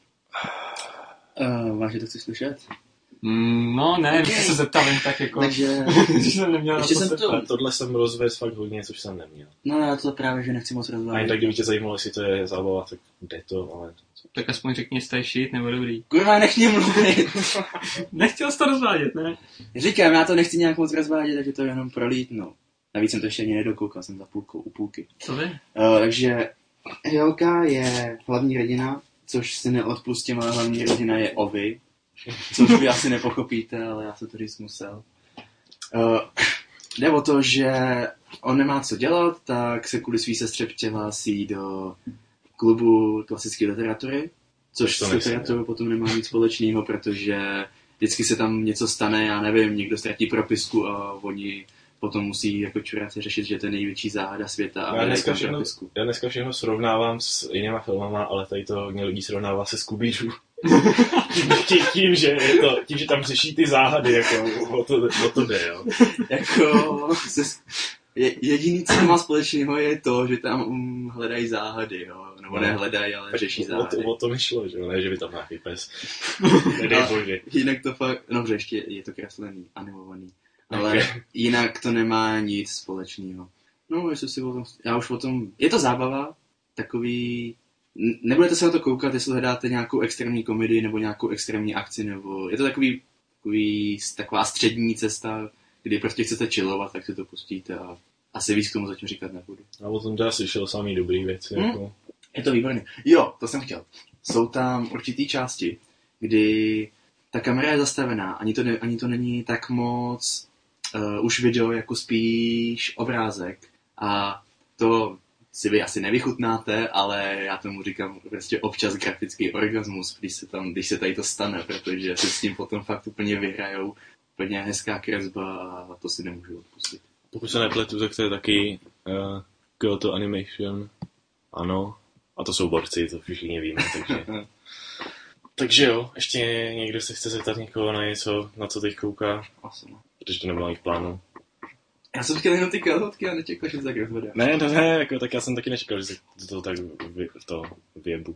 Uh, vážně to chci slyšet? Mm, no ne, okay. Když se zeptal jen tak jako, takže... když jsem neměl ještě na to jsem to... Tohle jsem rozvez fakt hodně, což jsem neměl. No já to právě, že nechci moc rozvádět. A jen tak, kdyby tě zajímalo, jestli to je zábava, tak jde to, ale... Tak aspoň řekni, jestli to je shit nebo dobrý. Kurva, nech mě mluvit. Nechtěl jsi to rozvádět, ne? Říkám, já to nechci nějak moc rozvádět, takže to jenom prolítnu. Navíc jsem to ještě ani nedokoukal, jsem za půlkou u půlky. Co vy? Uh, takže Hyolka je hlavní hrdina, což si neodpustím, ale hlavní hrdina je Ovi. Což vy asi nepochopíte, ale já se to říct musel. Uh, jde o to, že on nemá co dělat, tak se kvůli svý sestře přihlásí do klubu klasické literatury, což s literaturou potom nemá nic společného, protože vždycky se tam něco stane, já nevím, někdo ztratí propisku a oni potom musí jako čuráci řešit, že to je největší záhada světa a já dneska, všechno, já dneska všechno srovnávám s jinýma filmama, ale tady to hodně lidí srovnává se Scooby-Doo. tím, tím, že je to, tím, že tam řeší ty záhady, jako o to, o to jde, jo. Jako, se, je, jediný, co má společného, je to, že tam um, hledají záhady, jo. Nebo no, nehledají, ale řeší záhady. O to, o to mi šlo, že jo, ne, že by tam nějaký pes. Nedej bože. Jinak to fakt, no ještě je to kreslený, animovaný. Ale okay. Jinak to nemá nic společného. No, jestli si o tom, já už o tom, je to zábava, takový, nebudete se na to koukat, jestli hledáte nějakou extrémní komedii nebo nějakou extrémní akci, nebo je to takový, takový taková střední cesta, kdy prostě chcete chillovat, tak si to pustíte a asi víc k tomu zatím říkat nebudu. A o tom teda slyšel samý dobrý věci. Hmm? Jako... Je to výborný. Jo, to jsem chtěl. Jsou tam určitý části, kdy ta kamera je zastavená, ani to, ne, ani to není tak moc uh, už video, jako spíš obrázek. A to si vy asi nevychutnáte, ale já tomu říkám prostě občas grafický orgasmus, když se, tam, když se tady to stane, protože se s tím potom fakt úplně vyhrajou. Úplně hezká kresba a to si nemůžu odpustit. Pokud se nepletu, tak to je taky uh, Kyoto Animation. Ano. A to jsou borci, to všichni víme, takže... takže jo, ještě někdo se chce zeptat někoho na něco, na co teď kouká? Asi no. Protože to nebylo mých plánů. Já jsem chtěl jenom ty kalhotky a nečekal, že to tak rozhodá. Ne, ne, ne, jako, tak já jsem taky nečekal, že se to tak vy, to vyjebu.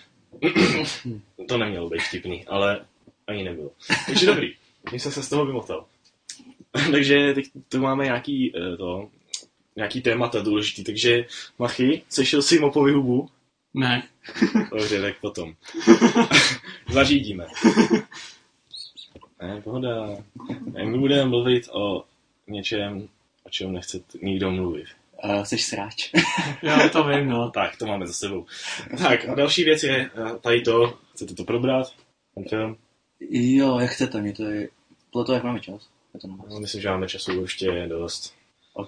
To nemělo být vtipný, ale ani nebylo. Takže dobrý, tím jsem se z toho vymotal. Takže teď tu máme nějaký, to, nějaký témata důležitý, takže Machy, sešel jsi mopovi hubu? Ne. Dobře, tak potom. Zařídíme. Ne, pohoda. Ne, my budeme mluvit o něčem, o čem nechce nikdo mluvit. Uh, jsi sráč. Já to vím, no. Tak, to máme za sebou. Tak, a další věc je tady to. Chcete to probrat? Ten film? Jo, jak chcete, mě to je... Podle toho, jak máme čas. To no, myslím, že máme času ještě dost. OK.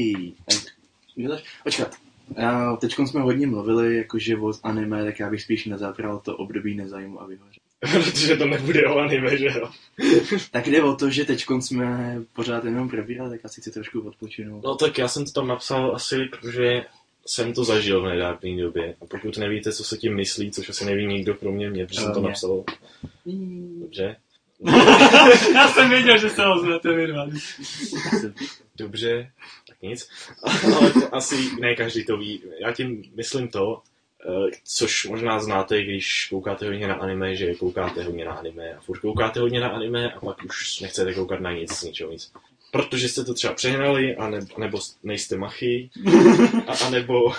Tak, počkat. Teď jsme hodně mluvili, jakože o anime, tak já bych spíš nezabral to období nezájmu a vyhoře. Protože to nebude o anime, že jo? Tak jde o to, že teď jsme pořád jenom probírali, tak asi chci trošku odpočinout. No tak já jsem to tam napsal asi, protože jsem to zažil v nedávné době. A pokud nevíte, co se tím myslí, což asi neví nikdo kromě mě, protože jsem to napsal. Dobře. Já jsem věděl, že se ozvete vy dva. Dobře, tak nic. Ale to asi ne každý to ví. Já tím myslím to, což možná znáte, když koukáte hodně na anime, že koukáte hodně na anime a furt koukáte hodně na anime a pak už nechcete koukat na nic, ničeho nic. Protože jste to třeba přehnali, nebo nejste Machy, a, a nebo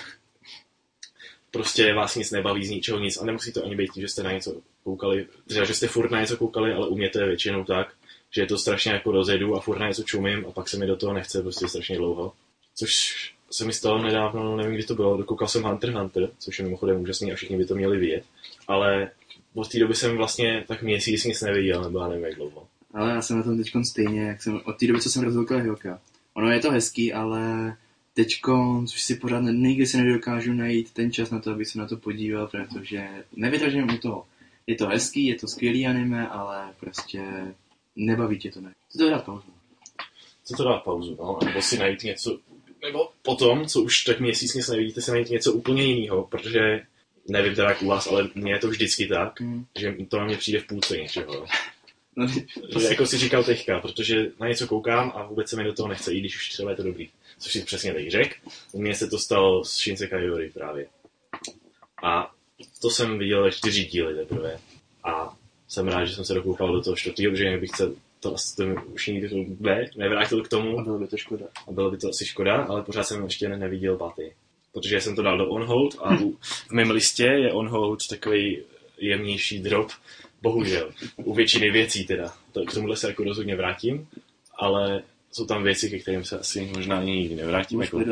prostě vás nic nebaví z ničeho nic a nemusí to ani být tím, že jste na něco koukali, třeba, že jste furt na něco koukali, ale umějte většinou tak, že je to strašně jako rozjedu a furt na něco čumím a pak se mi do toho nechce prostě strašně dlouho. Což se mi stalo nedávno, nevím, kdy to bylo, dokoukal jsem Hunter x Hunter, což je mimochodem úžasný a všichni by to měli vidět, ale od té doby jsem vlastně tak měsíc nic neviděl, nebo já nevím, jak dlouho. Ale já jsem na tom teďkon stejně, jak jsem, od té doby, co jsem rozhoukal Hyoka. Ono je to hezký, ale teďkon, což si pořád nikdy se nedokážu najít ten čas na to, abych se na to podíval, protože nevydržím u toho. Je to hezký, je to skvělý anime, ale prostě nebaví tě to, ne. Co to dát pauzu? Co to dát pauzu, no, nebo si najít něco, nebo potom, co už tak měsíc nic nevidíte, si najít něco úplně jiného, protože nevím teda jak u vás, ale mně je to vždycky tak, hmm. že to na mě přijde v půlce něčeho. No, že jako si říkal teďka, protože na něco koukám a vůbec se mi do toho nechce, i když už třeba je to dobrý. Což si přesně teď řek. U mě se to stalo s Shinsekai Yori právě. A to jsem viděl ve čtyři díly teprve. A jsem rád, že jsem se dokoukal do toho čtvrtýho, protože bych se to asi to už nikdy to ne, nevrátil k tomu. A bylo by to škoda. A bylo by to asi škoda, ale pořád jsem ještě neviděl pátý. Protože jsem to dal do on hold a u, v mém listě je on hold takový jemnější drop. Bohužel. U většiny věcí teda. To, k tomuhle se jako rozhodně vrátím, ale jsou tam věci, ke kterým se asi možná ani nikdy nevrátím. Jako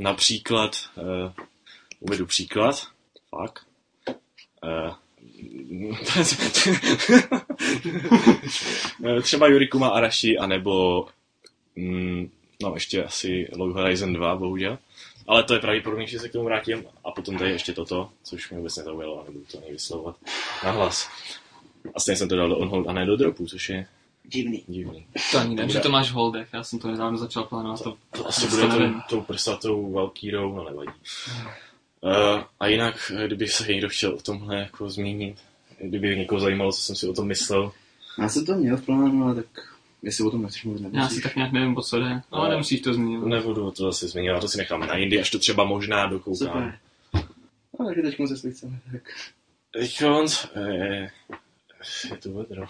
například, uh, uvedu příklad, fakt, uh, Třeba Yurikuma Arashi, anebo mm, no ještě asi Log Horizon dva, bohužel. Ale to je pravděpodobně, že se k tomu vrátím. A potom tady ještě toto, což mě vůbec nezaujalo, a nebudu to nevyslovovat nahlas. A stejně jsem to dal do on-hold a ne do dropu, což je divný. divný. To ani nevím, že to máš v holdech, já jsem to nedávno začal plánovat. To, to, to asi bude tou, tou prsatou Valkýrou, no nevadí. Uh, a jinak, kdyby se někdo chtěl o tomhle jako zmínit, kdyby někoho zajímalo, co jsem si o tom myslel. Já jsem to měl v plánu, ale tak jestli o tom nechceš mluvit, nemusíš. Já si tak nějak nevím, o co jde, ale no, nemusíš to zmínit. Nebudu to zase zmínit, to si nechám na jindy, až to třeba možná dokoukám. Super. No, takže teď se chceme, tak. Teď konc, je, je to vedro.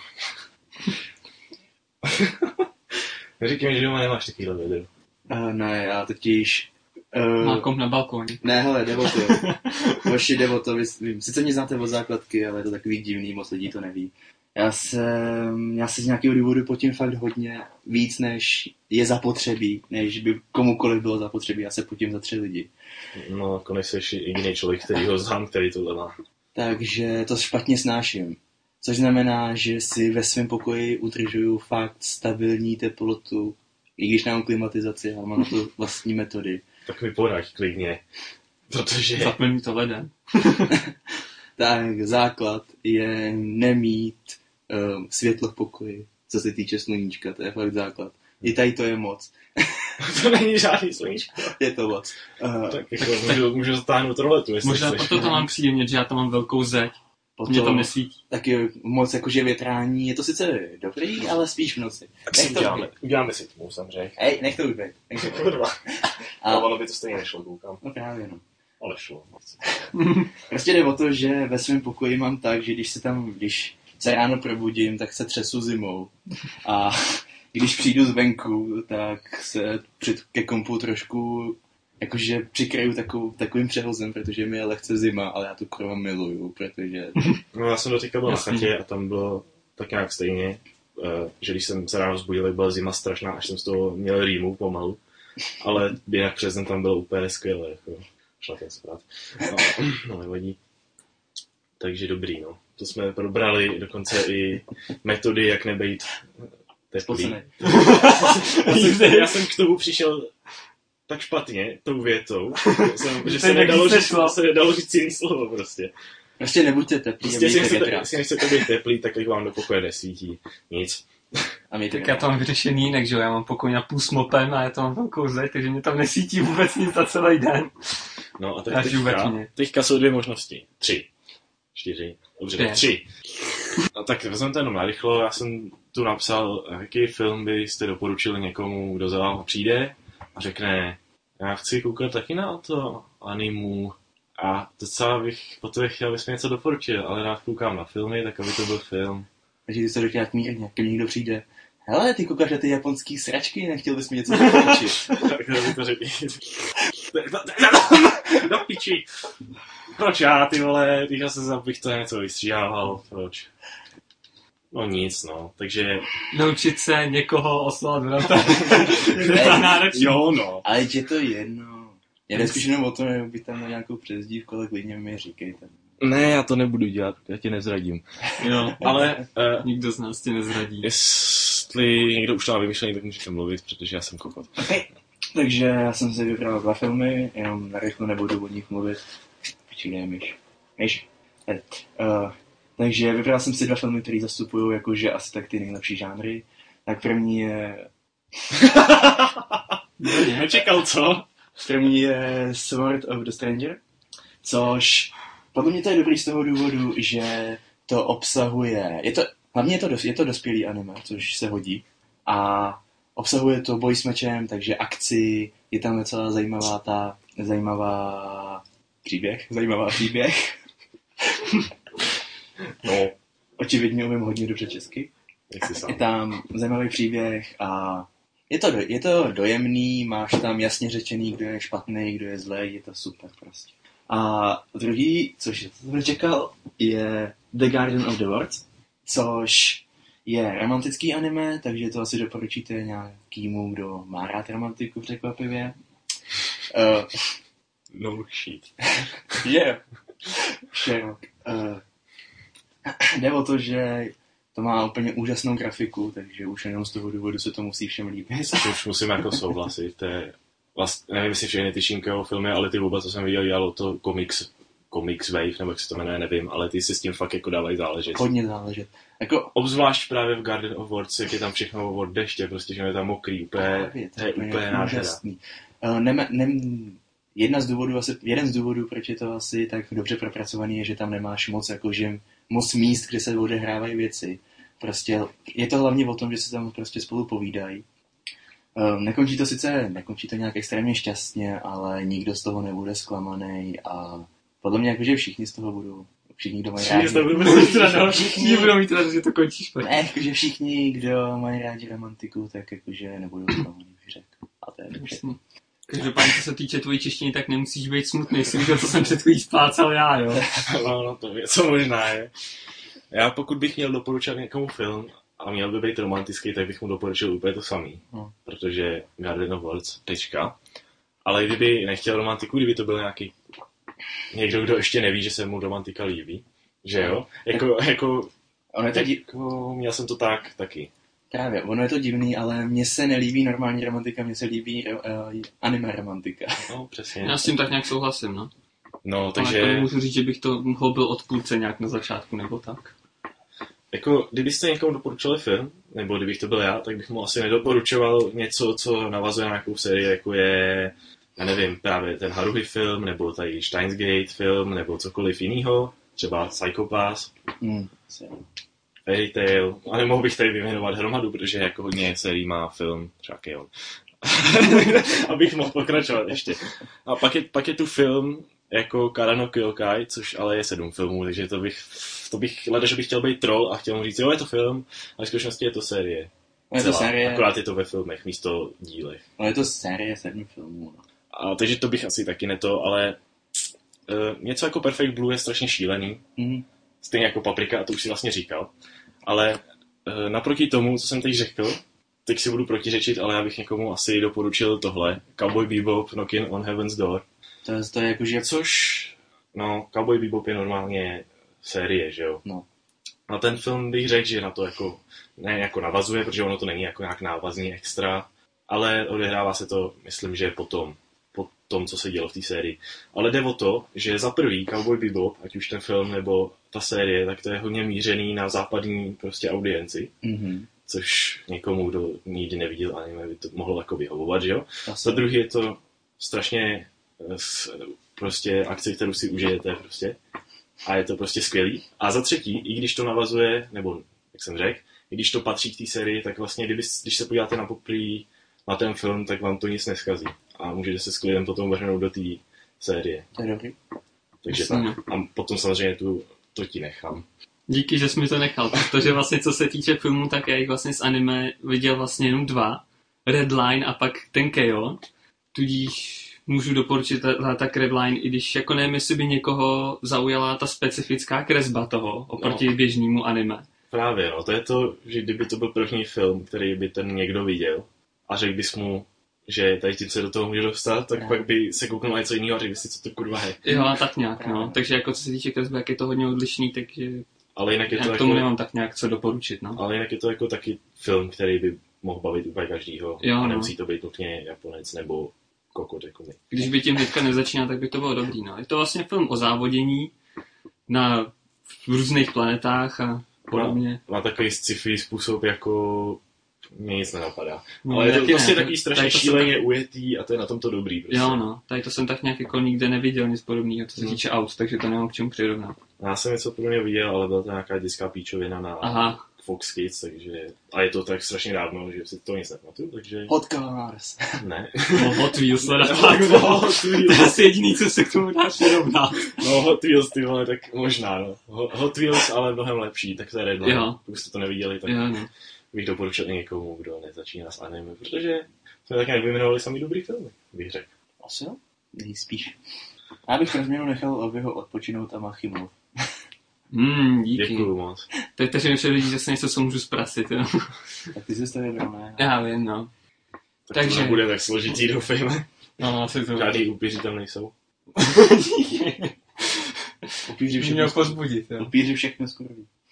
Neříkej mi, že doma nemáš takovýhle vedro. Uh, ne, já totiž... Uh, Má komp na balkóně. Ne, hele, jde o to. Vaši jde o to, vy, sice mě znáte od základky, ale je to takový divný, moc lidí to neví. Já jsem, já se z nějakého důvodu potím fakt hodně víc, než je zapotřebí, než by komukoliv bylo zapotřebí. Já se potím za tři lidi. No, konec jsi jediný člověk, který ho znám, který tohle má. Takže to špatně snáším. Což znamená, že si ve svém pokoji udržuju fakt stabilní teplotu, i když nemám klimatizaci, ale mám na to vlastní metody. Tak mi poraď klidně, protože... Zaplň to ledem. Tak základ je nemít uh, světlo v pokoji, co se týče sluníčka, to je fakt základ. I tady to je moc. To není žádný sluníčko. Je to moc. Uh, tak jako můžu, můžu zatáhnout roletu, jestli možná chceš. proto to mám příjemně, že já tam mám velkou zeď. Potom, mě to nesvítí. Taky moc jakože větrání, je to sice dobrý, ale spíš v noci. Tak si uděláme, uděláme si tmu, samozřejmě. Hej, nech to už být. Kurva. A no, ono by to stejně nešlo, koukám. No právě, no. Ale šlo. Prostě jde o to, že ve svém pokoji mám tak, že když se tam, když se ráno probudím, tak se třesu zimou. A když přijdu zvenku, tak se před ke kompu trošku jakože přikryju takovou, takovým přehozem, protože mi je lehce zima, ale já tu kurva miluju, protože... No já jsem do teďka byl na chatě a tam bylo tak nějak stejně, že když jsem se ráno zbudil, byla zima strašná, až jsem z toho měl rýmu pomalu. Ale jinak přes den tam bylo úplně skvělé, jako šla ten spát. No, no nevadí. Takže dobrý, no. To jsme probrali dokonce i metody, jak nebejt teplý. Já jsem k tomu přišel tak špatně, tou větou, jsem, že se nedalo, říct, se nedalo říct jiný slovo prostě. Prostě nebuďte teplý. Prostě si nechcete, jestli nechcete být teplý, tak jak vám do pokoje nesvítí. Nic. A my tak já to mám vyřešený jinak, že jo, já mám pokoj na půl s mopem a já to mám velkou zeď, takže mě tam nesvítí vůbec nic za celý den. No a tak teďka, teďka jsou dvě možnosti. Tři. Čtyři. Dobře, tak tři. A tak vezmeme to jenom narychlo, já jsem tu napsal, jaký film byste doporučili někomu, kdo za vám přijde a řekne, já chci koukat taky na to animu a docela bych po to chtěl, abys mi něco doporučil, ale rád koukám na filmy, tak aby to byl film. Takže ty se řekl jak mírně, když někdo přijde. Hele, ty koukáš na ty japonský sračky, nechtěl bys mi něco doporučit. Tak to by to řekl. Do piči. Proč já, ty vole, když já se bych to něco vystříhával, proč? No nic, no, takže... Naučit se někoho oslovat v rata. Je to náročný. Jo, no. Ale je to jedno. Já nespíš jenom o tom, že by tam na nějakou přezdívku, ale klidně mi říkejte. Ne, já to nebudu dělat, já tě nezradím. Jo, ale... Uh, nikdo z nás tě nezradí. Jestli někdo už to má vymyšlený, tak můžete mluvit, protože já jsem kokot. Okay. Takže já jsem si vybral dva filmy, jenom narychlo nebudu o nich mluvit. Čili je myš. Myš. Uh, takže vybral jsem si dva filmy, které zastupují jakože asi tak ty nejlepší žánry. Tak první je... Nečekal, co? První je Sword of the Stranger, což podle mě to je dobrý z toho důvodu, že to obsahuje... Je to, hlavně je to, dos, je to dospělý anime, což se hodí. A obsahuje to boj s mečem, takže akci, je tam docela zajímavá ta zajímavá příběh, zajímavá příběh. No. Očividně umím hodně dobře česky. Je tam zajímavý příběh a je to, do, je to dojemný, máš tam jasně řečený, kdo je špatný, kdo je zlej, je to super prostě. A druhý, což jsem čekal, je The Garden of the Words, což je romantický anime, takže to asi doporučíte nějakýmu, kdo má rád romantiku překvapivě. Uh, no shit. Yeah. Sherlock. Uh, Jde o to, že to má úplně úžasnou grafiku, takže už jenom z toho důvodu se to musí všem líbit. To už musím jako souhlasit. To je vlastně, nevím, jestli všechny ty Shinkeho filmy, ale ty vůbec, co jsem viděl, dělalo to Comics, Comics Wave, nebo jak se to jmenuje, nevím, ale ty si s tím fakt jako dávají záležet. Hodně záležet. Jako... Obzvlášť právě v Garden of Words, jak je tam všechno od deště, prostě, že je tam mokrý, úplně, právě, to je úplně, úplně nádhera. Uh, nem, nem, jedna z důvodů, asi, jeden z důvodů, proč je to asi tak dobře propracovaný, je, že tam nemáš moc, jako, že moc míst, kde se odehrávají věci. Prostě je to hlavně o tom, že se tam prostě spolu povídají. Uh, nekončí to sice, nekončí to nějak extrémně šťastně, ale nikdo z toho nebude zklamaný a podle mě jakože všichni z toho budou, všichni, kdo mají rádi. Všichni budou mít rád, že to končí špatně. Ne, jakože všichni, kdo mají rádi romantiku, tak jakože nebudou zklamaný, bych řekl. A to je dobře. Každopádně, co se týče tvojí češtiny, tak nemusíš být smutný. Jsi viděl, co jsem před chvílí splácal já, jo? No, no, to je, co možná je. Já pokud bych měl doporučovat někomu film a měl by být romantický, tak bych mu doporučil úplně to samý. Hmm. Protože Garden of Words, tečka. Ale kdyby nechtěl romantiku, kdyby to byl nějaký někdo, kdo ještě neví, že se mu romantika líbí, že jo? Jako, jako, ono je to div... jako měl jsem to tak taky. Právě, ono je to divný, ale mně se nelíbí normální romantika, mně se líbí uh, anime romantika. No, přesně. Já s tím tak nějak souhlasím, no. No, takže... Ale můžu říct, že bych to mohl byl odpůrce nějak na začátku, nebo tak. Jako, kdybyste někomu doporučili film, nebo kdybych to byl já, tak bych mu asi nedoporučoval něco, co navazuje na nějakou sérii, jako je, já nevím, právě ten Haruhi film, nebo tady Steins Gate film, nebo cokoliv jinýho, třeba Psycho-Pass, mm. Fairy Tail, a nemohl bych tady vyjmenovat hromadu, protože jako hodně sérií má film, třeba Keon. Abych mohl pokračovat ještě. A pak je, pak je tu film jako Karano Kyokai, což ale je sedm filmů, takže to bych, to bych leda, že bych chtěl být troll a chtěl mu říct, jo, je to film, ale v skutečnosti je to série. Je to série. Akorát je to ve filmech, místo dílech. Ale je to série sedm filmů. No. A takže to bych asi taky neto, ale uh, něco jako Perfect Blue je strašně šílený. Mm. Stejně jako Paprika, a to už si vlastně říkal. Ale uh, naproti tomu, co jsem teď řekl, teď si budu protiřečit, ale já bych někomu asi doporučil tohle. Cowboy Bebop, Knockin' on Heaven's Door. To je, to je jakože... Což, no, Cowboy Bebop je normálně série, že jo? No. A ten film bych řekl, že na to jako, ne jako navazuje, protože ono to není jako nějak návazný extra, ale odehrává se to, myslím, že potom, po tom, co se dělo v té sérii. Ale jde o to, že za prvý Cowboy Bebop, ať už ten film nebo ta série, tak to je hodně mířený na západní prostě audienci. Mm-hmm. Což někomu, kdo nikdy neviděl anime, by to mohlo jako vyhovovat, že jo? Za druhý je to strašně prostě akce, kterou si užijete prostě. A je to prostě skvělý. A za třetí, i když to navazuje, nebo jak jsem řekl, i když to patří k té sérii, tak vlastně, kdyby, když se podíváte na poprý na ten film, tak vám to nic neskazí. A můžete se s klidem potom vrhnout do té série. To je dobrý. Takže tak. A potom samozřejmě tu, to ti nechám. Díky, že jsi mi to nechal, protože vlastně co se týče filmů, tak já jich vlastně z anime viděl vlastně jenom dva. Redline a pak ten Keio. Tudíž můžu doporučit ta, ta Redline, i když jako nevím, jestli by někoho zaujala ta specifická kresba toho oproti no. běžnému anime. Právě, no, to je to, že kdyby to byl první film, který by ten někdo viděl a řekl bys mu, že tady tím se do toho může dostat, tak no. pak by se kouknul na něco jiného a řekl by si, co to kurva je. Jo, tak nějak, no. Takže jako co se týče kresby, jak je to hodně odlišný, takže ale jinak je to já jako, k tomu nemám tak nějak co doporučit, no. Ale jinak je to jako taky film, který by mohl bavit úplně každýho. Jo, a no. nemusí to být nutně Japonec nebo kokot jako my. Když by tím teďka nezačínal, tak by to bylo dobrý, no. Je to vlastně film o závodění na různých planetách a podobně. Má, má takový sci-fi způsob, jako mě nic nenapadá. No, ale je to vlastně ne, takový strašně šíleně tak... ujetý a to je na tom to dobrý. Prostě. Jo, no. Tady to jsem tak nějak jako nikde neviděl nic podobného, co se týče hmm. aut, takže to nemám k čemu přirovnat. Já jsem něco podobného viděl, ale byla to nějaká dětská píčovina na Aha. Fox Kids, takže a je to tak strašně dávno, že si to nic nepamatuju, takže... Hot Cars. Ne. No, Hot Wheels, teda tak, no, Hot Wheels. To je asi jediný, co se k tomu dá přirovnat. No, Hot Wheels, ty vole, tak možná, no. Hot Wheels, ale mnohem lepší, tak to je Redline. Pokud jste to neviděli, tak jo, no. bych doporučil i někomu, kdo nezačíná s anime, protože jsme tak nějak vyjmenovali sami dobrý filmy, bych řekl. Asi jo? Nejspíš. Já bych pro změnu nechal Obiho odpočinout a Machimov. Hmm, díky. Děkuju moc. Teď takže mi předvidí, že se něco, co můžu zprasit, jo. Tak ty jsi to vybral, ne? Já vím, no. Tak takže... to nebude tak složitý, doufejme. No, asi to... Žádný upíři tam nejsou. Upíři všechno, měl pozbudit, jo. Upíři všechno skurví.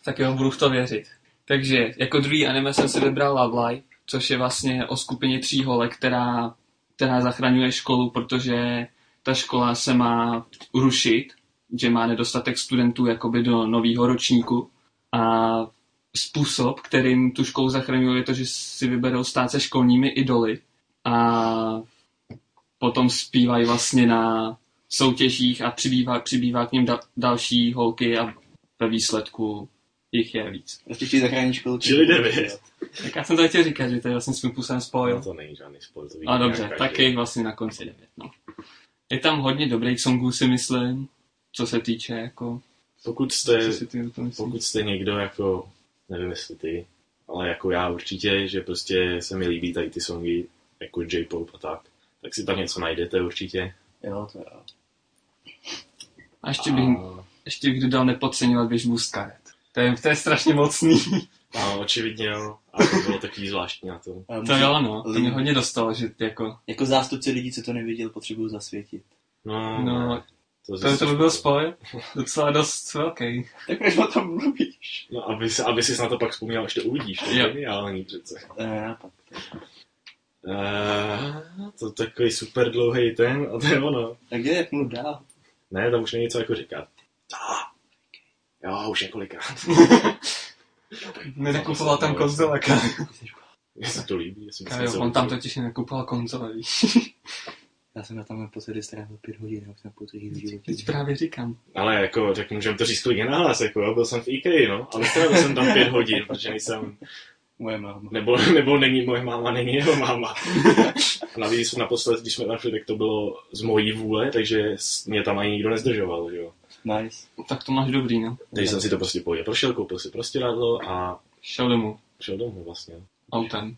Tak jo, budu v to věřit. Takže jako druhý anime jsem si vybral Love Live, což je vlastně o skupině tří holek, která, která zachraňuje školu, protože ta škola se má rušit, že má nedostatek studentů jakoby do nového ročníku. A způsob, kterým tu školu zachraňuje, je to, že si vyberou stát se školními idoly a potom zpívají vlastně na soutěžích a přibývá, přibývá k ním da, další holky a ve výsledku jich je víc. Prostě chtějí zachránit školu. Čili devět. Tak já jsem to chtěl říkat, že to je vlastně svým způsobem spoil. No to není žádný spoil. To a dobře, tak je jich vlastně na konci devět. No. Je tam hodně dobrých songů, si myslím, co se týče jako... Pokud jste, pokud jste někdo jako, nevím jestli ty, ale jako já určitě, že prostě se mi líbí tady ty songy, jako J-pop a tak, tak si tam něco najdete určitě. Jo, to jo. A ještě bych, a... ještě bych dodal nepodceňovat běžbu z karet. To je, to je strašně mocný. No, očividně jo. A to bylo takový zvláštní na tom. To jo, no. To mě hodně dostalo, že jako... Jako zástupci lidí, co to neviděl, potřebují zasvětit. No, no to, to, to by byl spoil. Docela dost velký. Tak proč o tom mluvíš? No, aby, si, aby jsi na to pak vzpomněl, až to uvidíš. To je geniální přece. Ne, pak. Uh, to je takový super dlouhý ten a to je ono. Tak kde, jak mluv dál? Ne, tam už není co jako říkat. Ah, jo, už několikrát. Nenakupoval tam konzole, Kajo. Mně se to líbí. Kajo, on tam totiž nenakupoval konzole, víš. Já jsem na tam naposledy strávil pět hodin, už jsem po třech v životě. Teď právě říkám. Ale jako, tak můžeme to říct klidně nahlas, jako jo, byl jsem v IKEA, no, ale strávil jsem tam pět hodin, protože nejsem... Moje máma. Nebo, nebo není moje máma, není jeho máma. A navíc naposled, když jsme tam šli, tak to bylo z mojí vůle, takže mě tam ani nikdo nezdržoval, že jo. Nice. Tak to máš dobrý, no. Takže jsem si to prostě pohodě prošel, koupil si prostěradlo a... Šel domů. Šel domů vlastně. Autem.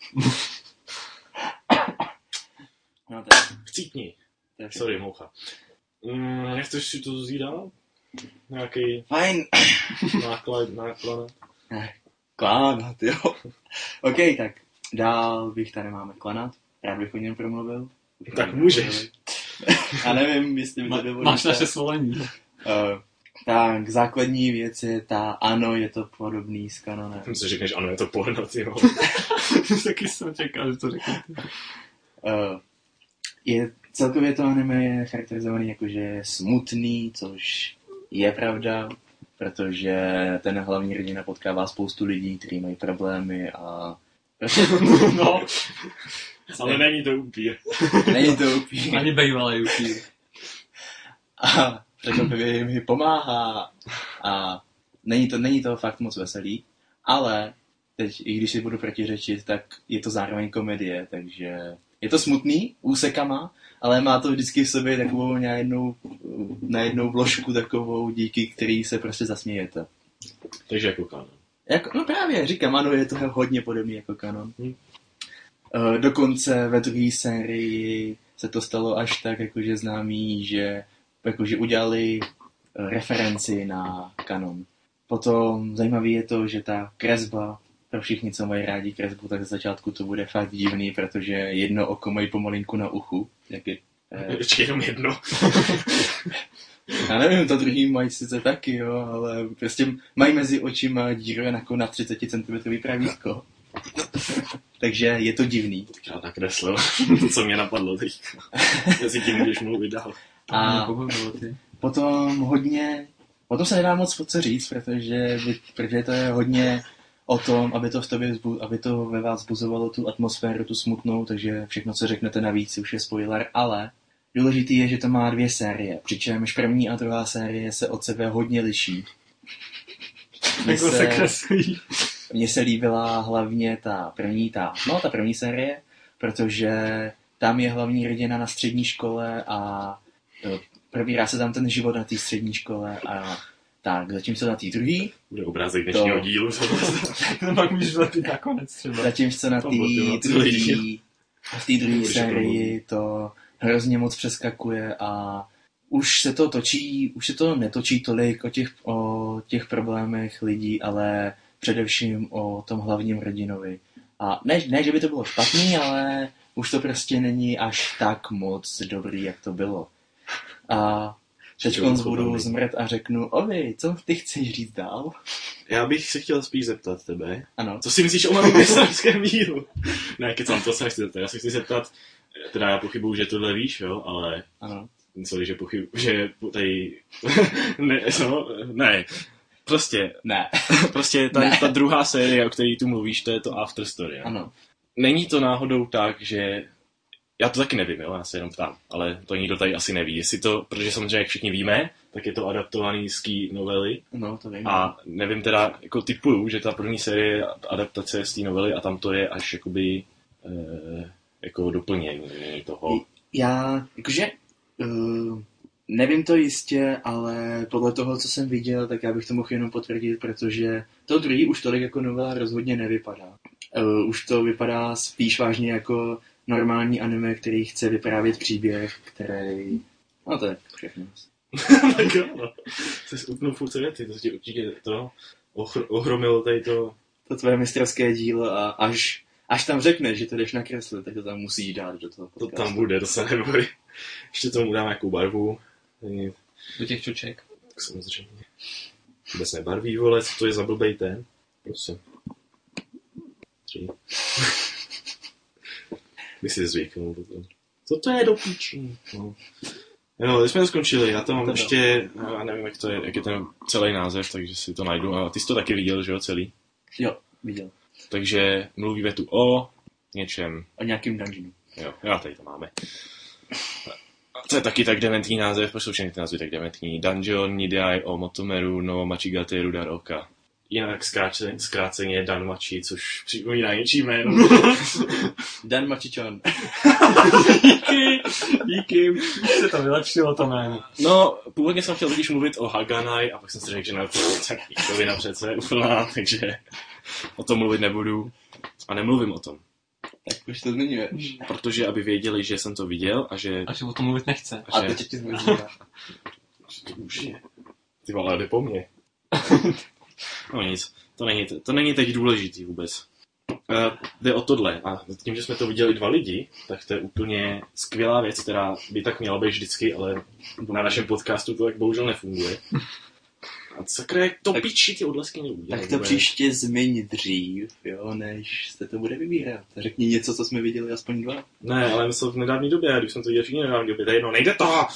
No tak. Chcípni. Sorry, moucha. Mm, nechceš si to vzít dál? Nějaký... Fajn. Náklad, náklad. Klanat, jo. OK, tak dál bych tady máme klanat. Rád bych o něm promluvil. Tak můžeš. Já nevím, jestli mi to dovolíte. Máš naše svolení. Uh, tak základní věc je ta, ano, je to podobný s kanonem. Myslím, že řekneš, ano, je to porno, ty jo. Taky jsem čekal, že to řekl. Uh, je, celkově to anime je charakterizovaný jako, že je smutný, což je pravda, protože ten hlavní hrdina potkává spoustu lidí, kteří mají problémy a... No. Ale není to upír. Není to upír. Ani bejvalej upír. A překvapivě jim mi pomáhá. A není to, není to fakt moc veselý, ale teď, i když si budu protiřečit, tak je to zároveň komedie, takže je to smutný, úsekama, ale má to vždycky v sobě takovou najednou, najednou vložku takovou, díky který se prostě zasmějete. Takže jako kanon. Jako, no právě, říkám, ano, je to hodně podobný jako kanon. Hm. Uh, dokonce ve druhé sérii se to stalo až tak, jakože známý, že jakože udělali uh, referenci na kanon. Potom zajímavý je to, že ta kresba, pro všichni, co mají rádi kresbu, tak z začátku to bude fakt divný, protože jedno oko mají pomalinku na uchu. Jak je, eh... Ještě jenom jedno. Já nevím, to druhý mají sice taky, jo, ale prostě mají mezi očima díru jako na třicet centimetrů pravítko. Takže je to divný. Já tak kreslil, to, co mě napadlo teď. Jestli tím můžeš mluvit dál. A potom hodně, potom se nedá moc co říct, protože, protože to je hodně o tom, aby to v tobě, aby to ve vás zbuzovalo tu atmosféru, tu smutnou, takže všechno, co řeknete navíc, už je spoiler, ale důležitý je, že to má dvě série, přičemž první a druhá série se od sebe hodně liší. Mně se, mně se líbila hlavně ta první, ta, no ta první série, protože tam je hlavní hrdina na střední škole a probírá se tam ten život na té střední škole a tak, zatímco na té druhý... Bude obrázek dnešního to... dílu. To pak můžeš vlepit nakonec třeba. Zatímco na té druhý, v té druhé sérii to hrozně moc přeskakuje a už se to točí, už se to netočí tolik o těch, o těch problémech lidí, ale především o tom hlavním hrdinovi. A ne, ne, že by to bylo špatný, ale už to prostě není až tak moc dobrý, jak to bylo. A Teďkonc budu zmrt a řeknu, Ovi, co ty chceš říct dál? Já bych se chtěl spíš zeptat tebe. Ano. Co si myslíš o mém mistrovském dílu? Ne, kecám, to se nechci zeptat. Já se chci zeptat, teda já pochybuju, že tohle víš, jo, ale... Ano. Sorry, že pochybuju, že tady... ne, no, ne. Prostě, ne. prostě ta, ne. ta druhá série, o které tu mluvíš, to je to After Story. Ano. Není to náhodou tak, že... Já to taky nevím, jo, já se jenom ptám, ale to nikdo tady asi neví. Jestli to, protože samozřejmě, jak všichni víme, tak je to adaptovaný z té novely. No, to vím. A nevím teda, jako typuju, že ta první série je adaptace z té novely a tam to je až jakoby e, jako doplnění toho. Já, jakože... Uh... Nevím to jistě, ale podle toho, co jsem viděl, tak já bych to mohl jenom potvrdit, protože to druhý už tolik jako novela rozhodně nevypadá. Uh, už to vypadá spíš vážně jako normální anime, který chce vyprávět příběh, který... No to je všechno. Tak jo, no. Jsi utnul furt se věty, to ti určitě to ochr- ohromilo tady to... To tvoje mistrovské dílo a až, až tam řekneš, že to jdeš nakreslit, tak to tam musíš dát do toho podcastu. To tam bude, to se neboj. Ještě tomu dám nějakou barvu. Do těch čuček. Tak samozřejmě. Vůbec nebarví, vole, co to je za blbej ten? Prosím. Tři. By si zvyknul potom. Co to je do píčí? No. Jo, teď jsme to skončili, já tam mám ještě, já nevím, jak, to je, jak je ten celý název, takže si to najdu. A ty jsi to taky viděl, že jo, celý? Jo, viděl. Takže mluvíme tu o něčem. O nějakým dungeonu. Jo, já tady to máme. To je taky tak dementní název, protože jsou všechny ty názvy tak dementní. Dungeon Nidai o Motomeru no Machigateru Dar Oka. Jinak zkráceně, zkráceně Danmachi, což připomíná něčí jméno. Danmachi-chan. Díky, díky, už se to vylepšilo to jméno. No, původně jsem chtěl totiž mluvit o Haganai a pak jsem si řekl, že ne, tak píčovina přece úplná, takže o tom mluvit nebudu. A nemluvím o tom. Tak už to zmiňuješ. Protože aby věděli, že jsem to viděl a že... A že o tom mluvit nechce. A, že... a teď ti zmiňuješ. To už je. Ty vole, jde po mně. No nic, to není, to není teď důležitý vůbec. Uh, jde o tohle a tím, že jsme to viděli dva lidi, tak to je úplně skvělá věc, která by tak měla být vždycky, ale na našem podcastu to tak bohužel nefunguje. A sakra, jak to piči ty odlesky neudělají. Tak to příště zmiň dřív, jo, než se to bude vybírat. Řekni něco, co jsme viděli aspoň dva. Ne, ale myslel v nedávné době, když jsem to viděl všichni v nedávné době, to je jedno, nejde to!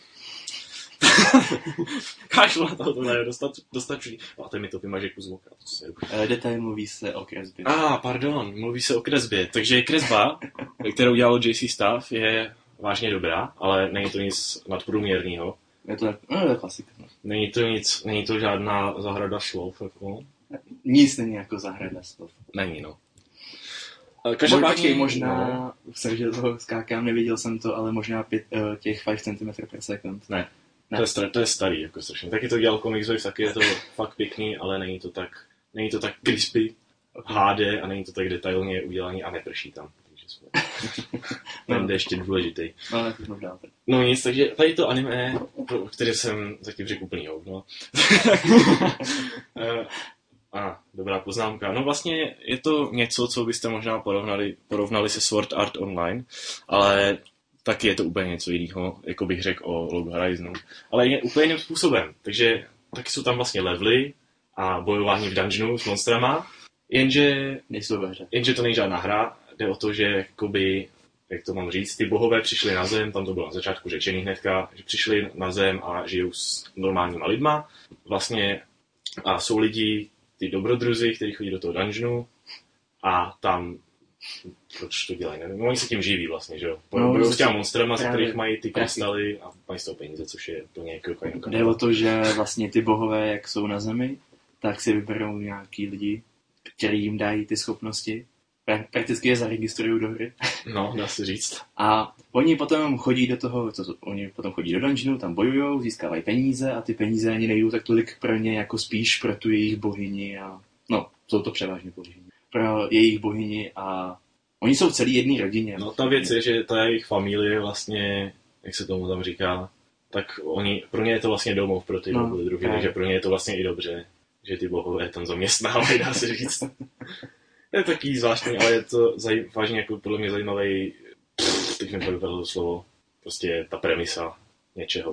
Kašlu na to, tohle je dostat, dostačují. A to mi to vymaže kus voka. Detail mluví se o kresbě. A, ah, pardon, mluví se o kresbě. Takže kresba, kterou dělalo J C Staff, je vážně dobrá, ale není to nic nadprůměrného. Je to, no, je to klasika. No. Není to nic, není to žádná zahrada slov, jako. Nic není jako zahrada slov. Není, no. Každopádně možná, no. Jsem, že toho skákám, neviděl jsem to, ale možná pět, uh, těch pět centimetrů per sekund. Ne. Ne. To, je starý, to je starý, jako strašně. Taky to dělal Comics Wave, taky je to fakt pěkný, ale není to tak, není to tak crispy, okay. H D a není to tak detailně udělaný a neprší tam. Takže jsme... Tam jde ještě důležitý. No, možná. No nic, takže tady to anime, které jsem zatím řekl úplný hovno. A, dobrá poznámka. No vlastně je to něco, co byste možná porovnali, porovnali se Sword Art Online, ale taky je to úplně něco jiného, jako bych řekl o Log Horizonu. Ale je úplně jiným způsobem. Takže taky jsou tam vlastně levely a bojování v dungeonu s monstrama, jenže, jenže to není žádná hra. Jde o to, že jakoby, jak to mám říct, ty bohové přišli na zem, tam to bylo na začátku řečený hnedka, že přišli na zem a žijou s normálníma lidma. Vlastně a jsou lidi, ty dobrodruzi, kteří chodí do toho dungeonu a tam, proč to dělají, nevím, oni se tím živí vlastně, že jo. Bojují no, s těma monstrama, z kterých mají ty krystaly a mají z toho peníze, což je plně jako jinak. Jde o to, že vlastně ty bohové, jak jsou na zemi, tak si vyberou nějaký lidi, kteří jim dají ty schopnosti. Prakticky je zaregistrují do hry. No, dá se říct. A oni potom chodí do toho, co, oni potom chodí do dungeonu, tam bojujou, získávají peníze a ty peníze ani nejdou tak tolik pro ně, jako spíš pro tu jejich bohyni a, no, jsou to převážně bohyni. Pro jejich bohyni a oni jsou v celé jedné rodině. No ta věc je, že ta jejich familie vlastně, jak se tomu tam říká, tak oni, pro ně je to vlastně domov pro ty no, druhé, takže pro ně je to vlastně i dobře, že ty bohové tam zaměstnávají, dá se říct. Je takový zvláštní, ale je to zaj, vážně jako podle mě zajímavý, teď mi to vypadlo slovo, prostě ta premisa něčeho.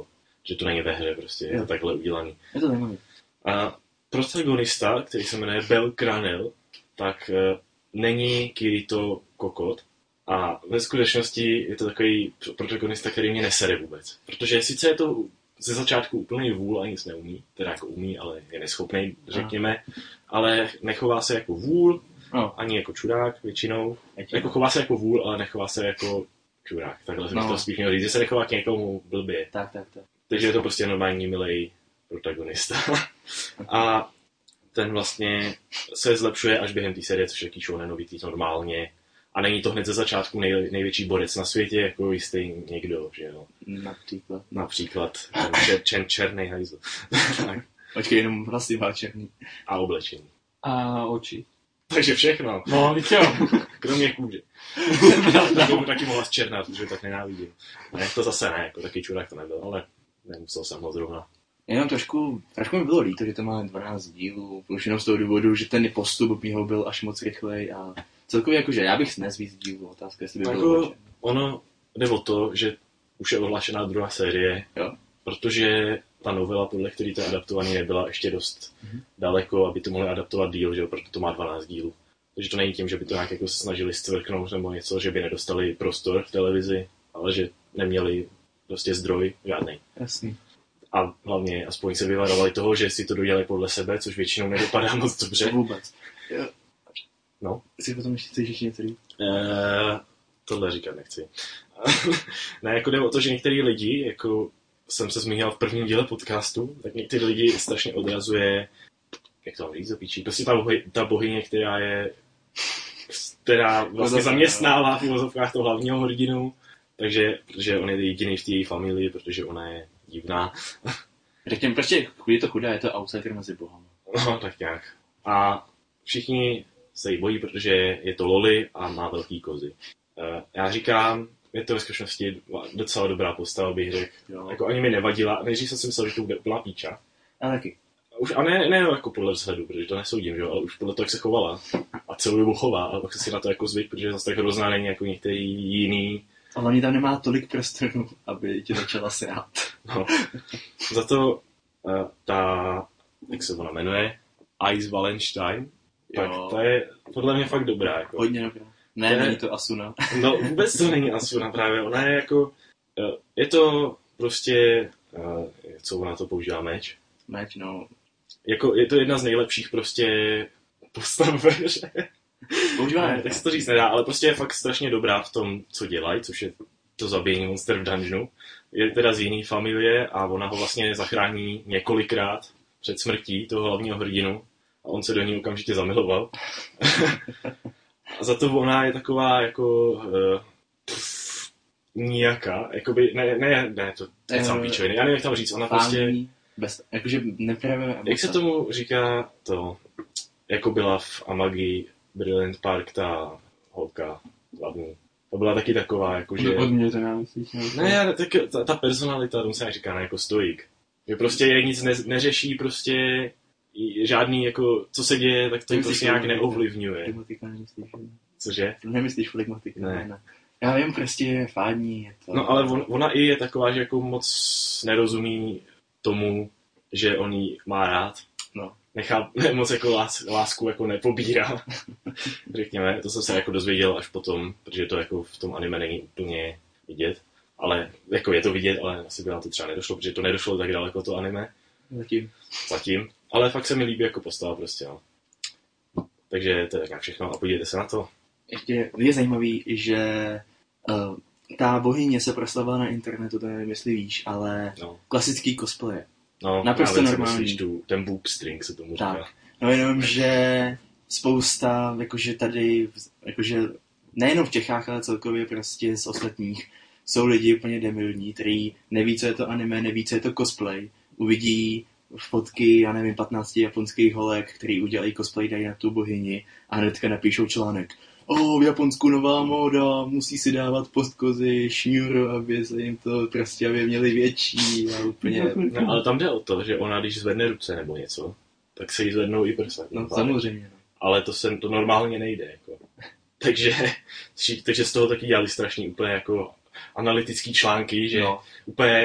že to není ve hře, prostě je to takhle udělaný. Je to zajímavé. A protagonista, který se jmenuje Bel Cranel, tak uh, není Kirito kokot a ve skutečnosti je to takový protagonista, který mě nesere vůbec. Protože sice je to ze začátku úplný vůl a nic neumí, teda jako umí, ale je neschopný, řekněme, ale nechová se jako vůl, no. Ani jako čurák většinou. Jako chová se jako vůl, ale nechová se jako čurák. Takhle jsem no. to spíš měl říct, že se nechová k někomu blbě. Tak, tak, tak. Takže je to prostě normální milej protagonista. A ten vlastně se zlepšuje až během té série, což je taký shounenovitý normálně. A není to hned ze začátku nej, největší borec na světě, jako jistý někdo, že jo. Například. Například čer, čer, černý hajzl. Počkej, jenom vlastně má černý. A oblečení. A oči. Takže všechno. No, víš jo. Kromě kůže. taky, taky mohla zčernat, protože tak nenávidím. Ne, to zase ne, jako taky čurák to nebyl, ale nemusel jsem ho zrovna. Jenom trošku, trošku mi bylo líto, že to má dvanáct dílů, už jenom z toho důvodu, že ten postup mýho byl až moc rychlej a celkově jakože já bych snes víc dílů, otázka, jestli by jako bylo lepší. Ono jde o to, že už je ohlášená druhá série, jo? Protože ta novela, podle který to je adaptovaný, nebyla ještě dost mm-hmm. daleko, aby to mohli adaptovat díl, že jo, proto to má dvanáct dílů. Takže to není tím, že by to nějak jako snažili stvrknout nebo něco, že by nedostali prostor v televizi, ale že neměli prostě zdroj žádnej. Jasný. A hlavně aspoň se vyvarovali toho, že si to dodělají podle sebe, což většinou nedopadá moc dobře. Vůbec. Jo. No. Jsi potom ještě chceš ještě něco říct? Eee, tohle říkat nechci. Ne, jako jde o to, že některý lidi, jako jsem se zmínil v prvním díle podcastu, tak některý lidi strašně odrazuje, jak to mám říct, zapíčí, prostě ta, bohy, ta bohyně, která je, která vlastně zaměstnává v uvozovkách toho hlavního hrdinu, takže, protože on je jediný v té její familii, protože ona je divná. Řekněme, prostě je to chudá, je to outsider mezi bohama. No, tak nějak. A všichni se jí bojí, protože je to loli a má velký kozy. Já říkám, je to ve skutečnosti docela dobrá postava, bych řekl. Jako ani mi nevadila. Nejdřív jsem si myslel, že to bude úplná píča. A taky. Už, a ne, ne jako podle vzhledu, protože to nesoudím, že? Ale už podle toho, jak se chovala. A celou dobu chová, ale pak se si na to jako zvyk, protože zase tak hrozná není jako některý jiný. Ale oni tam nemá tolik prostoru, aby tě začala srát. No. Za to uh, ta, jak se ona jmenuje, Ice Wallenstein, tak ta je podle mě fakt dobrá. Jako. Hodně dobrá. Ne, je, není to Asuna. No vůbec to není Asuna právě, ona je jako, uh, je to prostě, uh, co ona to používá, meč? Meč, no. Jako je to jedna z nejlepších prostě postav ve hře. Používá ne, tak se to říct nedá, ale prostě je fakt strašně dobrá v tom, co dělají, což je to zabíjení monster v dungeonu. Je teda z jiný familie a ona ho vlastně zachrání několikrát před smrtí toho hlavního hrdinu a on se do ní okamžitě zamiloval. A za to ona je taková jako uh, pff, nijaká, jakoby, ne, ne, ne, to je sám píčoviny, já nevím, jak tam říct, ona prostě... Bez, jakože nepravě... Jak se tomu říká to, jako byla v Amagi Brilliant Park ta holka hlavní. To byla taky taková, jakože... Odměřená, myslíš? Ne, tak ta, ta personalita, tomu se říká, ne, jako stoik. Že prostě je nic ne, neřeší, prostě žádný, jako, co se děje, tak to prostě nějak neovlivňuje. Flegmatika nemyslíš? Cože? Nemyslíš flegmatika? Ne. ne. Já vím, prostě je fádní. Je to... No ale on, ona i je taková, že jako moc nerozumí tomu, že on jí má rád. No. Nechá moc jako lás, lásku jako nepobírá. Řekněme, to jsem se jako dozvěděl až potom, protože to jako v tom anime není úplně vidět. Ale jako je to vidět, ale asi by nám to třeba nedošlo, protože to nedošlo tak daleko to anime. Zatím. Zatím. Ale fakt se mi líbí jako postava prostě, no. Takže to je tak všechno a podívejte se na to. Ještě je zajímavý, že uh, ta bohyně se proslavila na internetu, to nevím, jestli víš, ale no. Klasický cosplay. No, naprosto normální. Myslíš, tu, ten boob string se tomu říká. Tak. No jenom, že spousta, jakože tady, jakože nejenom v Čechách, ale celkově prostě z ostatních, jsou lidi úplně debilní, kteří neví, co je to anime, neví, co je to cosplay. Uvidí fotky, já nevím, patnácti japonských holek, který udělají cosplay, dají na tu bohyni a hnedka napíšou článek. O, v Japonsku nová móda, musí si dávat postkozy, šňůru, aby se jim to prostě, aby měli větší a úplně... No, ale tam jde o to, že ona, když zvedne ruce nebo něco, tak se jí zvednou i prsa. No, samozřejmě. No. Ale to se to normálně nejde, jako. Takže, takže z toho taky dělali strašný úplně jako analytický články, že no. úplně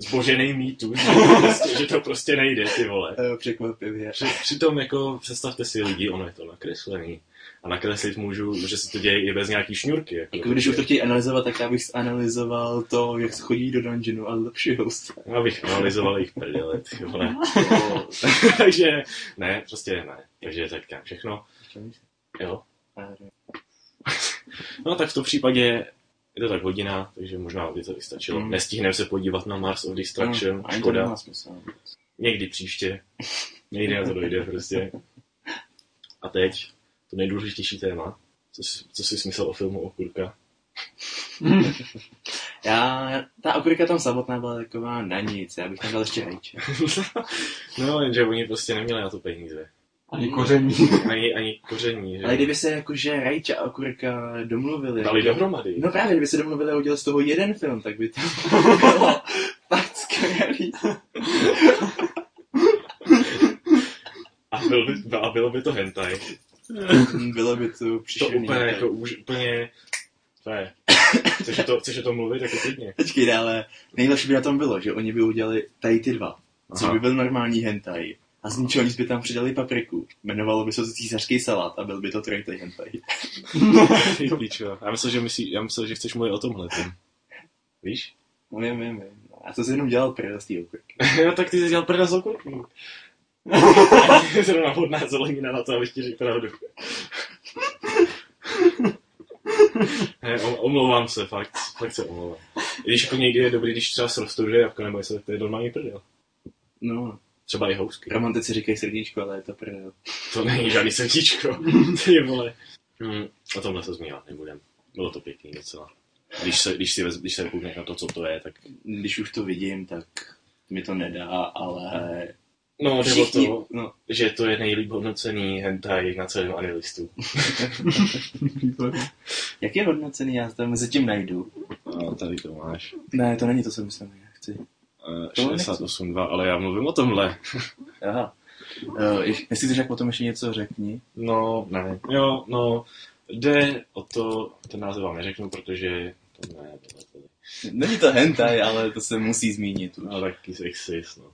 zbožený mýtus, že, prostě, že to prostě nejde, ty vole. Překvapivě. Při, přitom jako představte si lidi, ono je to nakreslený. A nakreslit můžu, že se to děje i bez nějaký šňůrky. Jako, jako když už to chtějí analyzovat, tak já bych analyzoval to, jak chodí do dungeonu a lepší host. Já bych analyzoval jich prdele, ty vole. Takže ne, prostě ne. Takže teďka všechno. Jo. No tak v tom případě je to tak hodina, takže možná by to vystačilo. Mm. Nestihneme se podívat na Mars of Destruction, no, škoda. Někdy příště. Někdy na to dojde prostě. A teď to nejdůležitější téma. Co jsi, co jsi myslel o filmu Okurka? Já, ta okurka tam samotná byla taková na nic, já bych tam dal ještě rajče. No, jenže oni prostě neměli na to peníze. Ani koření. Ani, ani koření. Že? Ale kdyby se jakože rajče a okurka domluvili. Dali dohromady. No právě, kdyby se domluvili a udělali z toho jeden film, tak by to bylo fakt skvělý. A, byl by, a bylo by to hentai. Bylo by to příšerný. To úplně jako už, úplně... To je. Chceš o to, chceš o tom mluvit jako klidně. Počkej, ale nejlepší by na tom bylo, že oni by udělali tady ty dva. Což by byl normální hentai. A z ničeho nic by tam přidali papriku. Jmenovalo by se to císařský salát a byl by to trojitý hentai. Já myslel, že myslí, já myslel, že chceš mluvit o tomhle. Víš? No vím, vím, vím. Já to si jenom dělal prda z té okurky. No tak ty jsi dělal prda z okurky. Zrovna hodná zelenina na to, abych ti řekl pravdu. Ne, omlouvám se, fakt, fakt se omlouvám. I když jako někdy je dobrý, když třeba se roztouje jabka, nebo jestli to je normální prdel. No. Třeba i housky. Romantici říkají srdíčko, ale je to prdel. To není žádný srdíčko. Ty vole. Hmm, o tomhle se zmívat nebudem. Bylo to pěkný docela. Když se, když si, když se koukneš na to, co to je, tak... Když už to vidím, tak mi to nedá, ale... No, jde o to, no, že to je nejlíp hodnocený hentai na celém Anilistu. Jak je hodnocený? Já to mezi tím najdu. No, tady to máš. Ne, to není to, co myslím, já chci. Uh, šedesát osm dva, ale já mluvím o tomhle. Aha. Uh, jestli chceš, jak potom ještě něco řekni. No, ne. Jo, no, jde o to, ten název vám neřeknu, protože to ne, to ne. Není to hentai, ale to se musí zmínit už. No, taky sexist, no.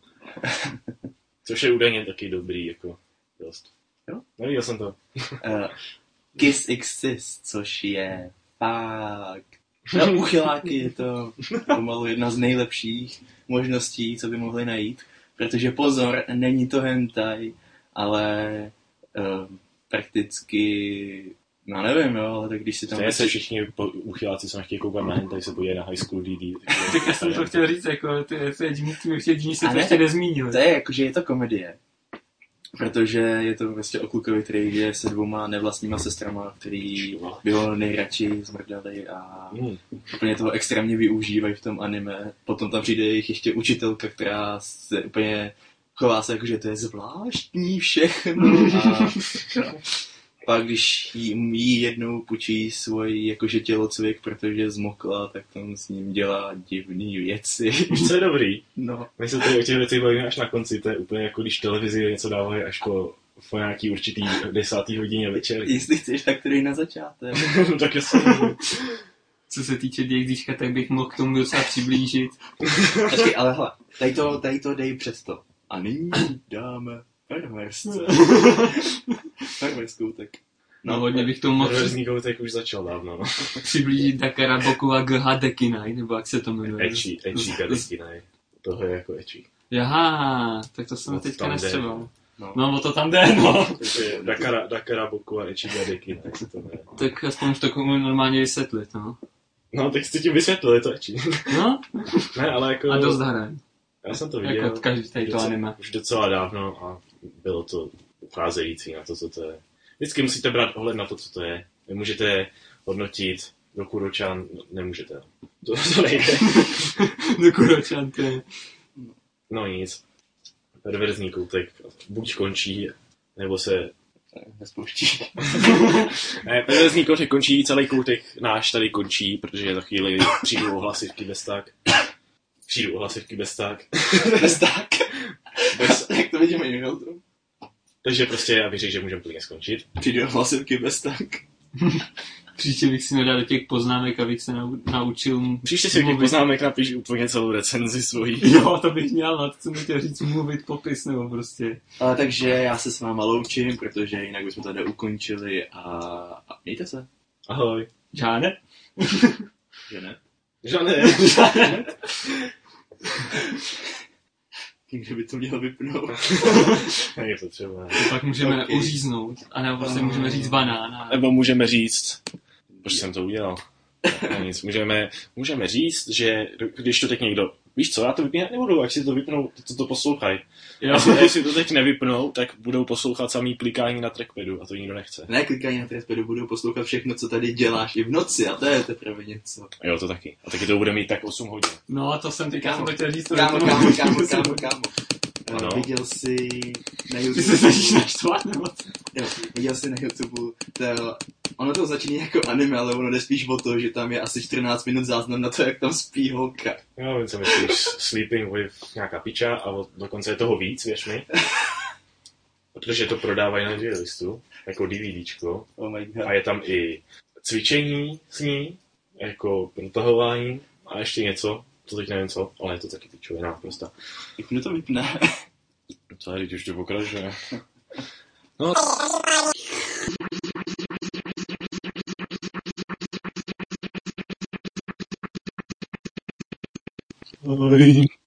Což je údajně taky dobrý, jako, dost. Jo? Neviděl jsem to. uh, Kiss Exist, což je fakt... Na uchyláky je to pomalu jedna z nejlepších možností, co by mohli najít. Protože pozor, není to hentai, ale uh, prakticky... No nevím, jo, ale tak když si tam... To je se všichni po, uchyláci, co nechtějí koukat na hentai, se podívají na High School D D. Tak já jsem to chtěl říct, jako, to je, to je jediný, jediný se to ne, ještě nezmínil. To je jako, že je to komedie. Protože je to vlastně o klukovi, který je se dvouma nevlastníma sestrama, který by ho nejradši zmrdali a mm. úplně toho extrémně využívají v tom anime. Potom tam přijde jejich ještě učitelka, která se úplně chová se jako, že to je zvláštní všechno. A pak když jí, jí jednou půjčí svůj jakože tělocvik, protože zmokla, tak tam s ním dělá divný věci. Víš, co je dobrý? No. My se tady o těch věcech bavíme až na konci, to je úplně jako když televizi něco dávají až po, po nějaký určitý desátý hodině večer. Jestli chceš, tak to dej na začátek. No tak jasně. Co se týče DXDčka, tak bych mohl k tomu docela přiblížit. Počkej, ale hele, tady to, tady to dej přes to. A nyní dáme perversce. Perverskou, tak. No, no hodně bych tomu mohl perverzní koutek už začal dávno, no. Přiblížit Dakara Boku a G H Dekinai, nebo jak se to jmenuje. Echi, Echi Dekinai. Toho je jako Echi. Jaha, tak to jsem no, teďka nestřebal. No. no, o to tam jde, no. Dakara, Dakara Boku a Echi Dekinai se to jmenuje. Tak aspoň to komu normálně vysvětlit, no. No, tak si tím vysvětlil, je to Echi. No? Ne, ale jako... A dost hraň. Já jsem to viděl. Jako každý tady to anime. Už docela dávno a bylo to ucházející na to, co to je. Vždycky musíte brát ohled na to, co to je. Nemůžete hodnotit Dokuro-chan, nemůžete. To, to nejde. Dokuro-chan, to je... No nic. Perverzní koutek buď končí, nebo se... Nespouští. Ne, perverzní koutek končí, celý koutek náš tady končí, protože za chvíli přijdou ohlasivky bez tak. Přijdu ohlasivky bez tak. Bez tak? Bez... Jak to vidíme jinou? Takže prostě já bych řekl, že můžeme klidně skončit. Přijdu ohlasivky bez tak. Příště bych si nedal do těch poznámek, abych se nau, naučil Příště si do těch poznámek napíš úplně celou recenzi svojí. Jo, to bych měl, no, to jsem chtěl říct mluvit popis, nebo prostě. Ale takže já se s váma loučím, protože jinak bychom to neukončili a, a mějte se. Ahoj. Žáne? Že ne? Žane. Žáne. Někdo by to měl vypnout. Není potřeba. Pak můžeme Okay. uříznout, anebo prostě můžeme říct banán. A... Nebo můžeme říct, proč jsem to udělal. Ne, nic. Můžeme, můžeme říct, že když to teď někdo, víš co, já to vypínat nebudu, jak si to vypnou, to, to poslouchaj. Jestli, jestli to teď nevypnou, tak budou poslouchat samý klikání na trackpadu a to nikdo nechce. Ne, klikání na trackpadu, budou poslouchat všechno, co tady děláš i v noci a to je teprve něco. Jo, to taky. A taky to bude mít tak osm hodin. No, to jsem teďka jsem to chtěl říct. Kámo, kámo, kámo, kámo, kámo. Ano. Viděl jsi na YouTube... Ty se začíš naštvat, nebo co? Jo, viděl jsi na YouTube, to, ono to začíná jako anime, ale ono jde spíš o to, že tam je asi čtrnáct minut záznam na to, jak tam spí holka. Jo, vím, co myslíš. Sleeping with nějaká piča a dokonce je toho víc, věř mi. Protože to prodávají na dvě listu, jako DVDčko. Oh my god. A je tam i cvičení s ní, jako protahování a ještě něco, to teď nevím co, ale je to taky pičovina prostě. Jak mě to vypne? Co je, teď už to pokračuje. No. Ahoj.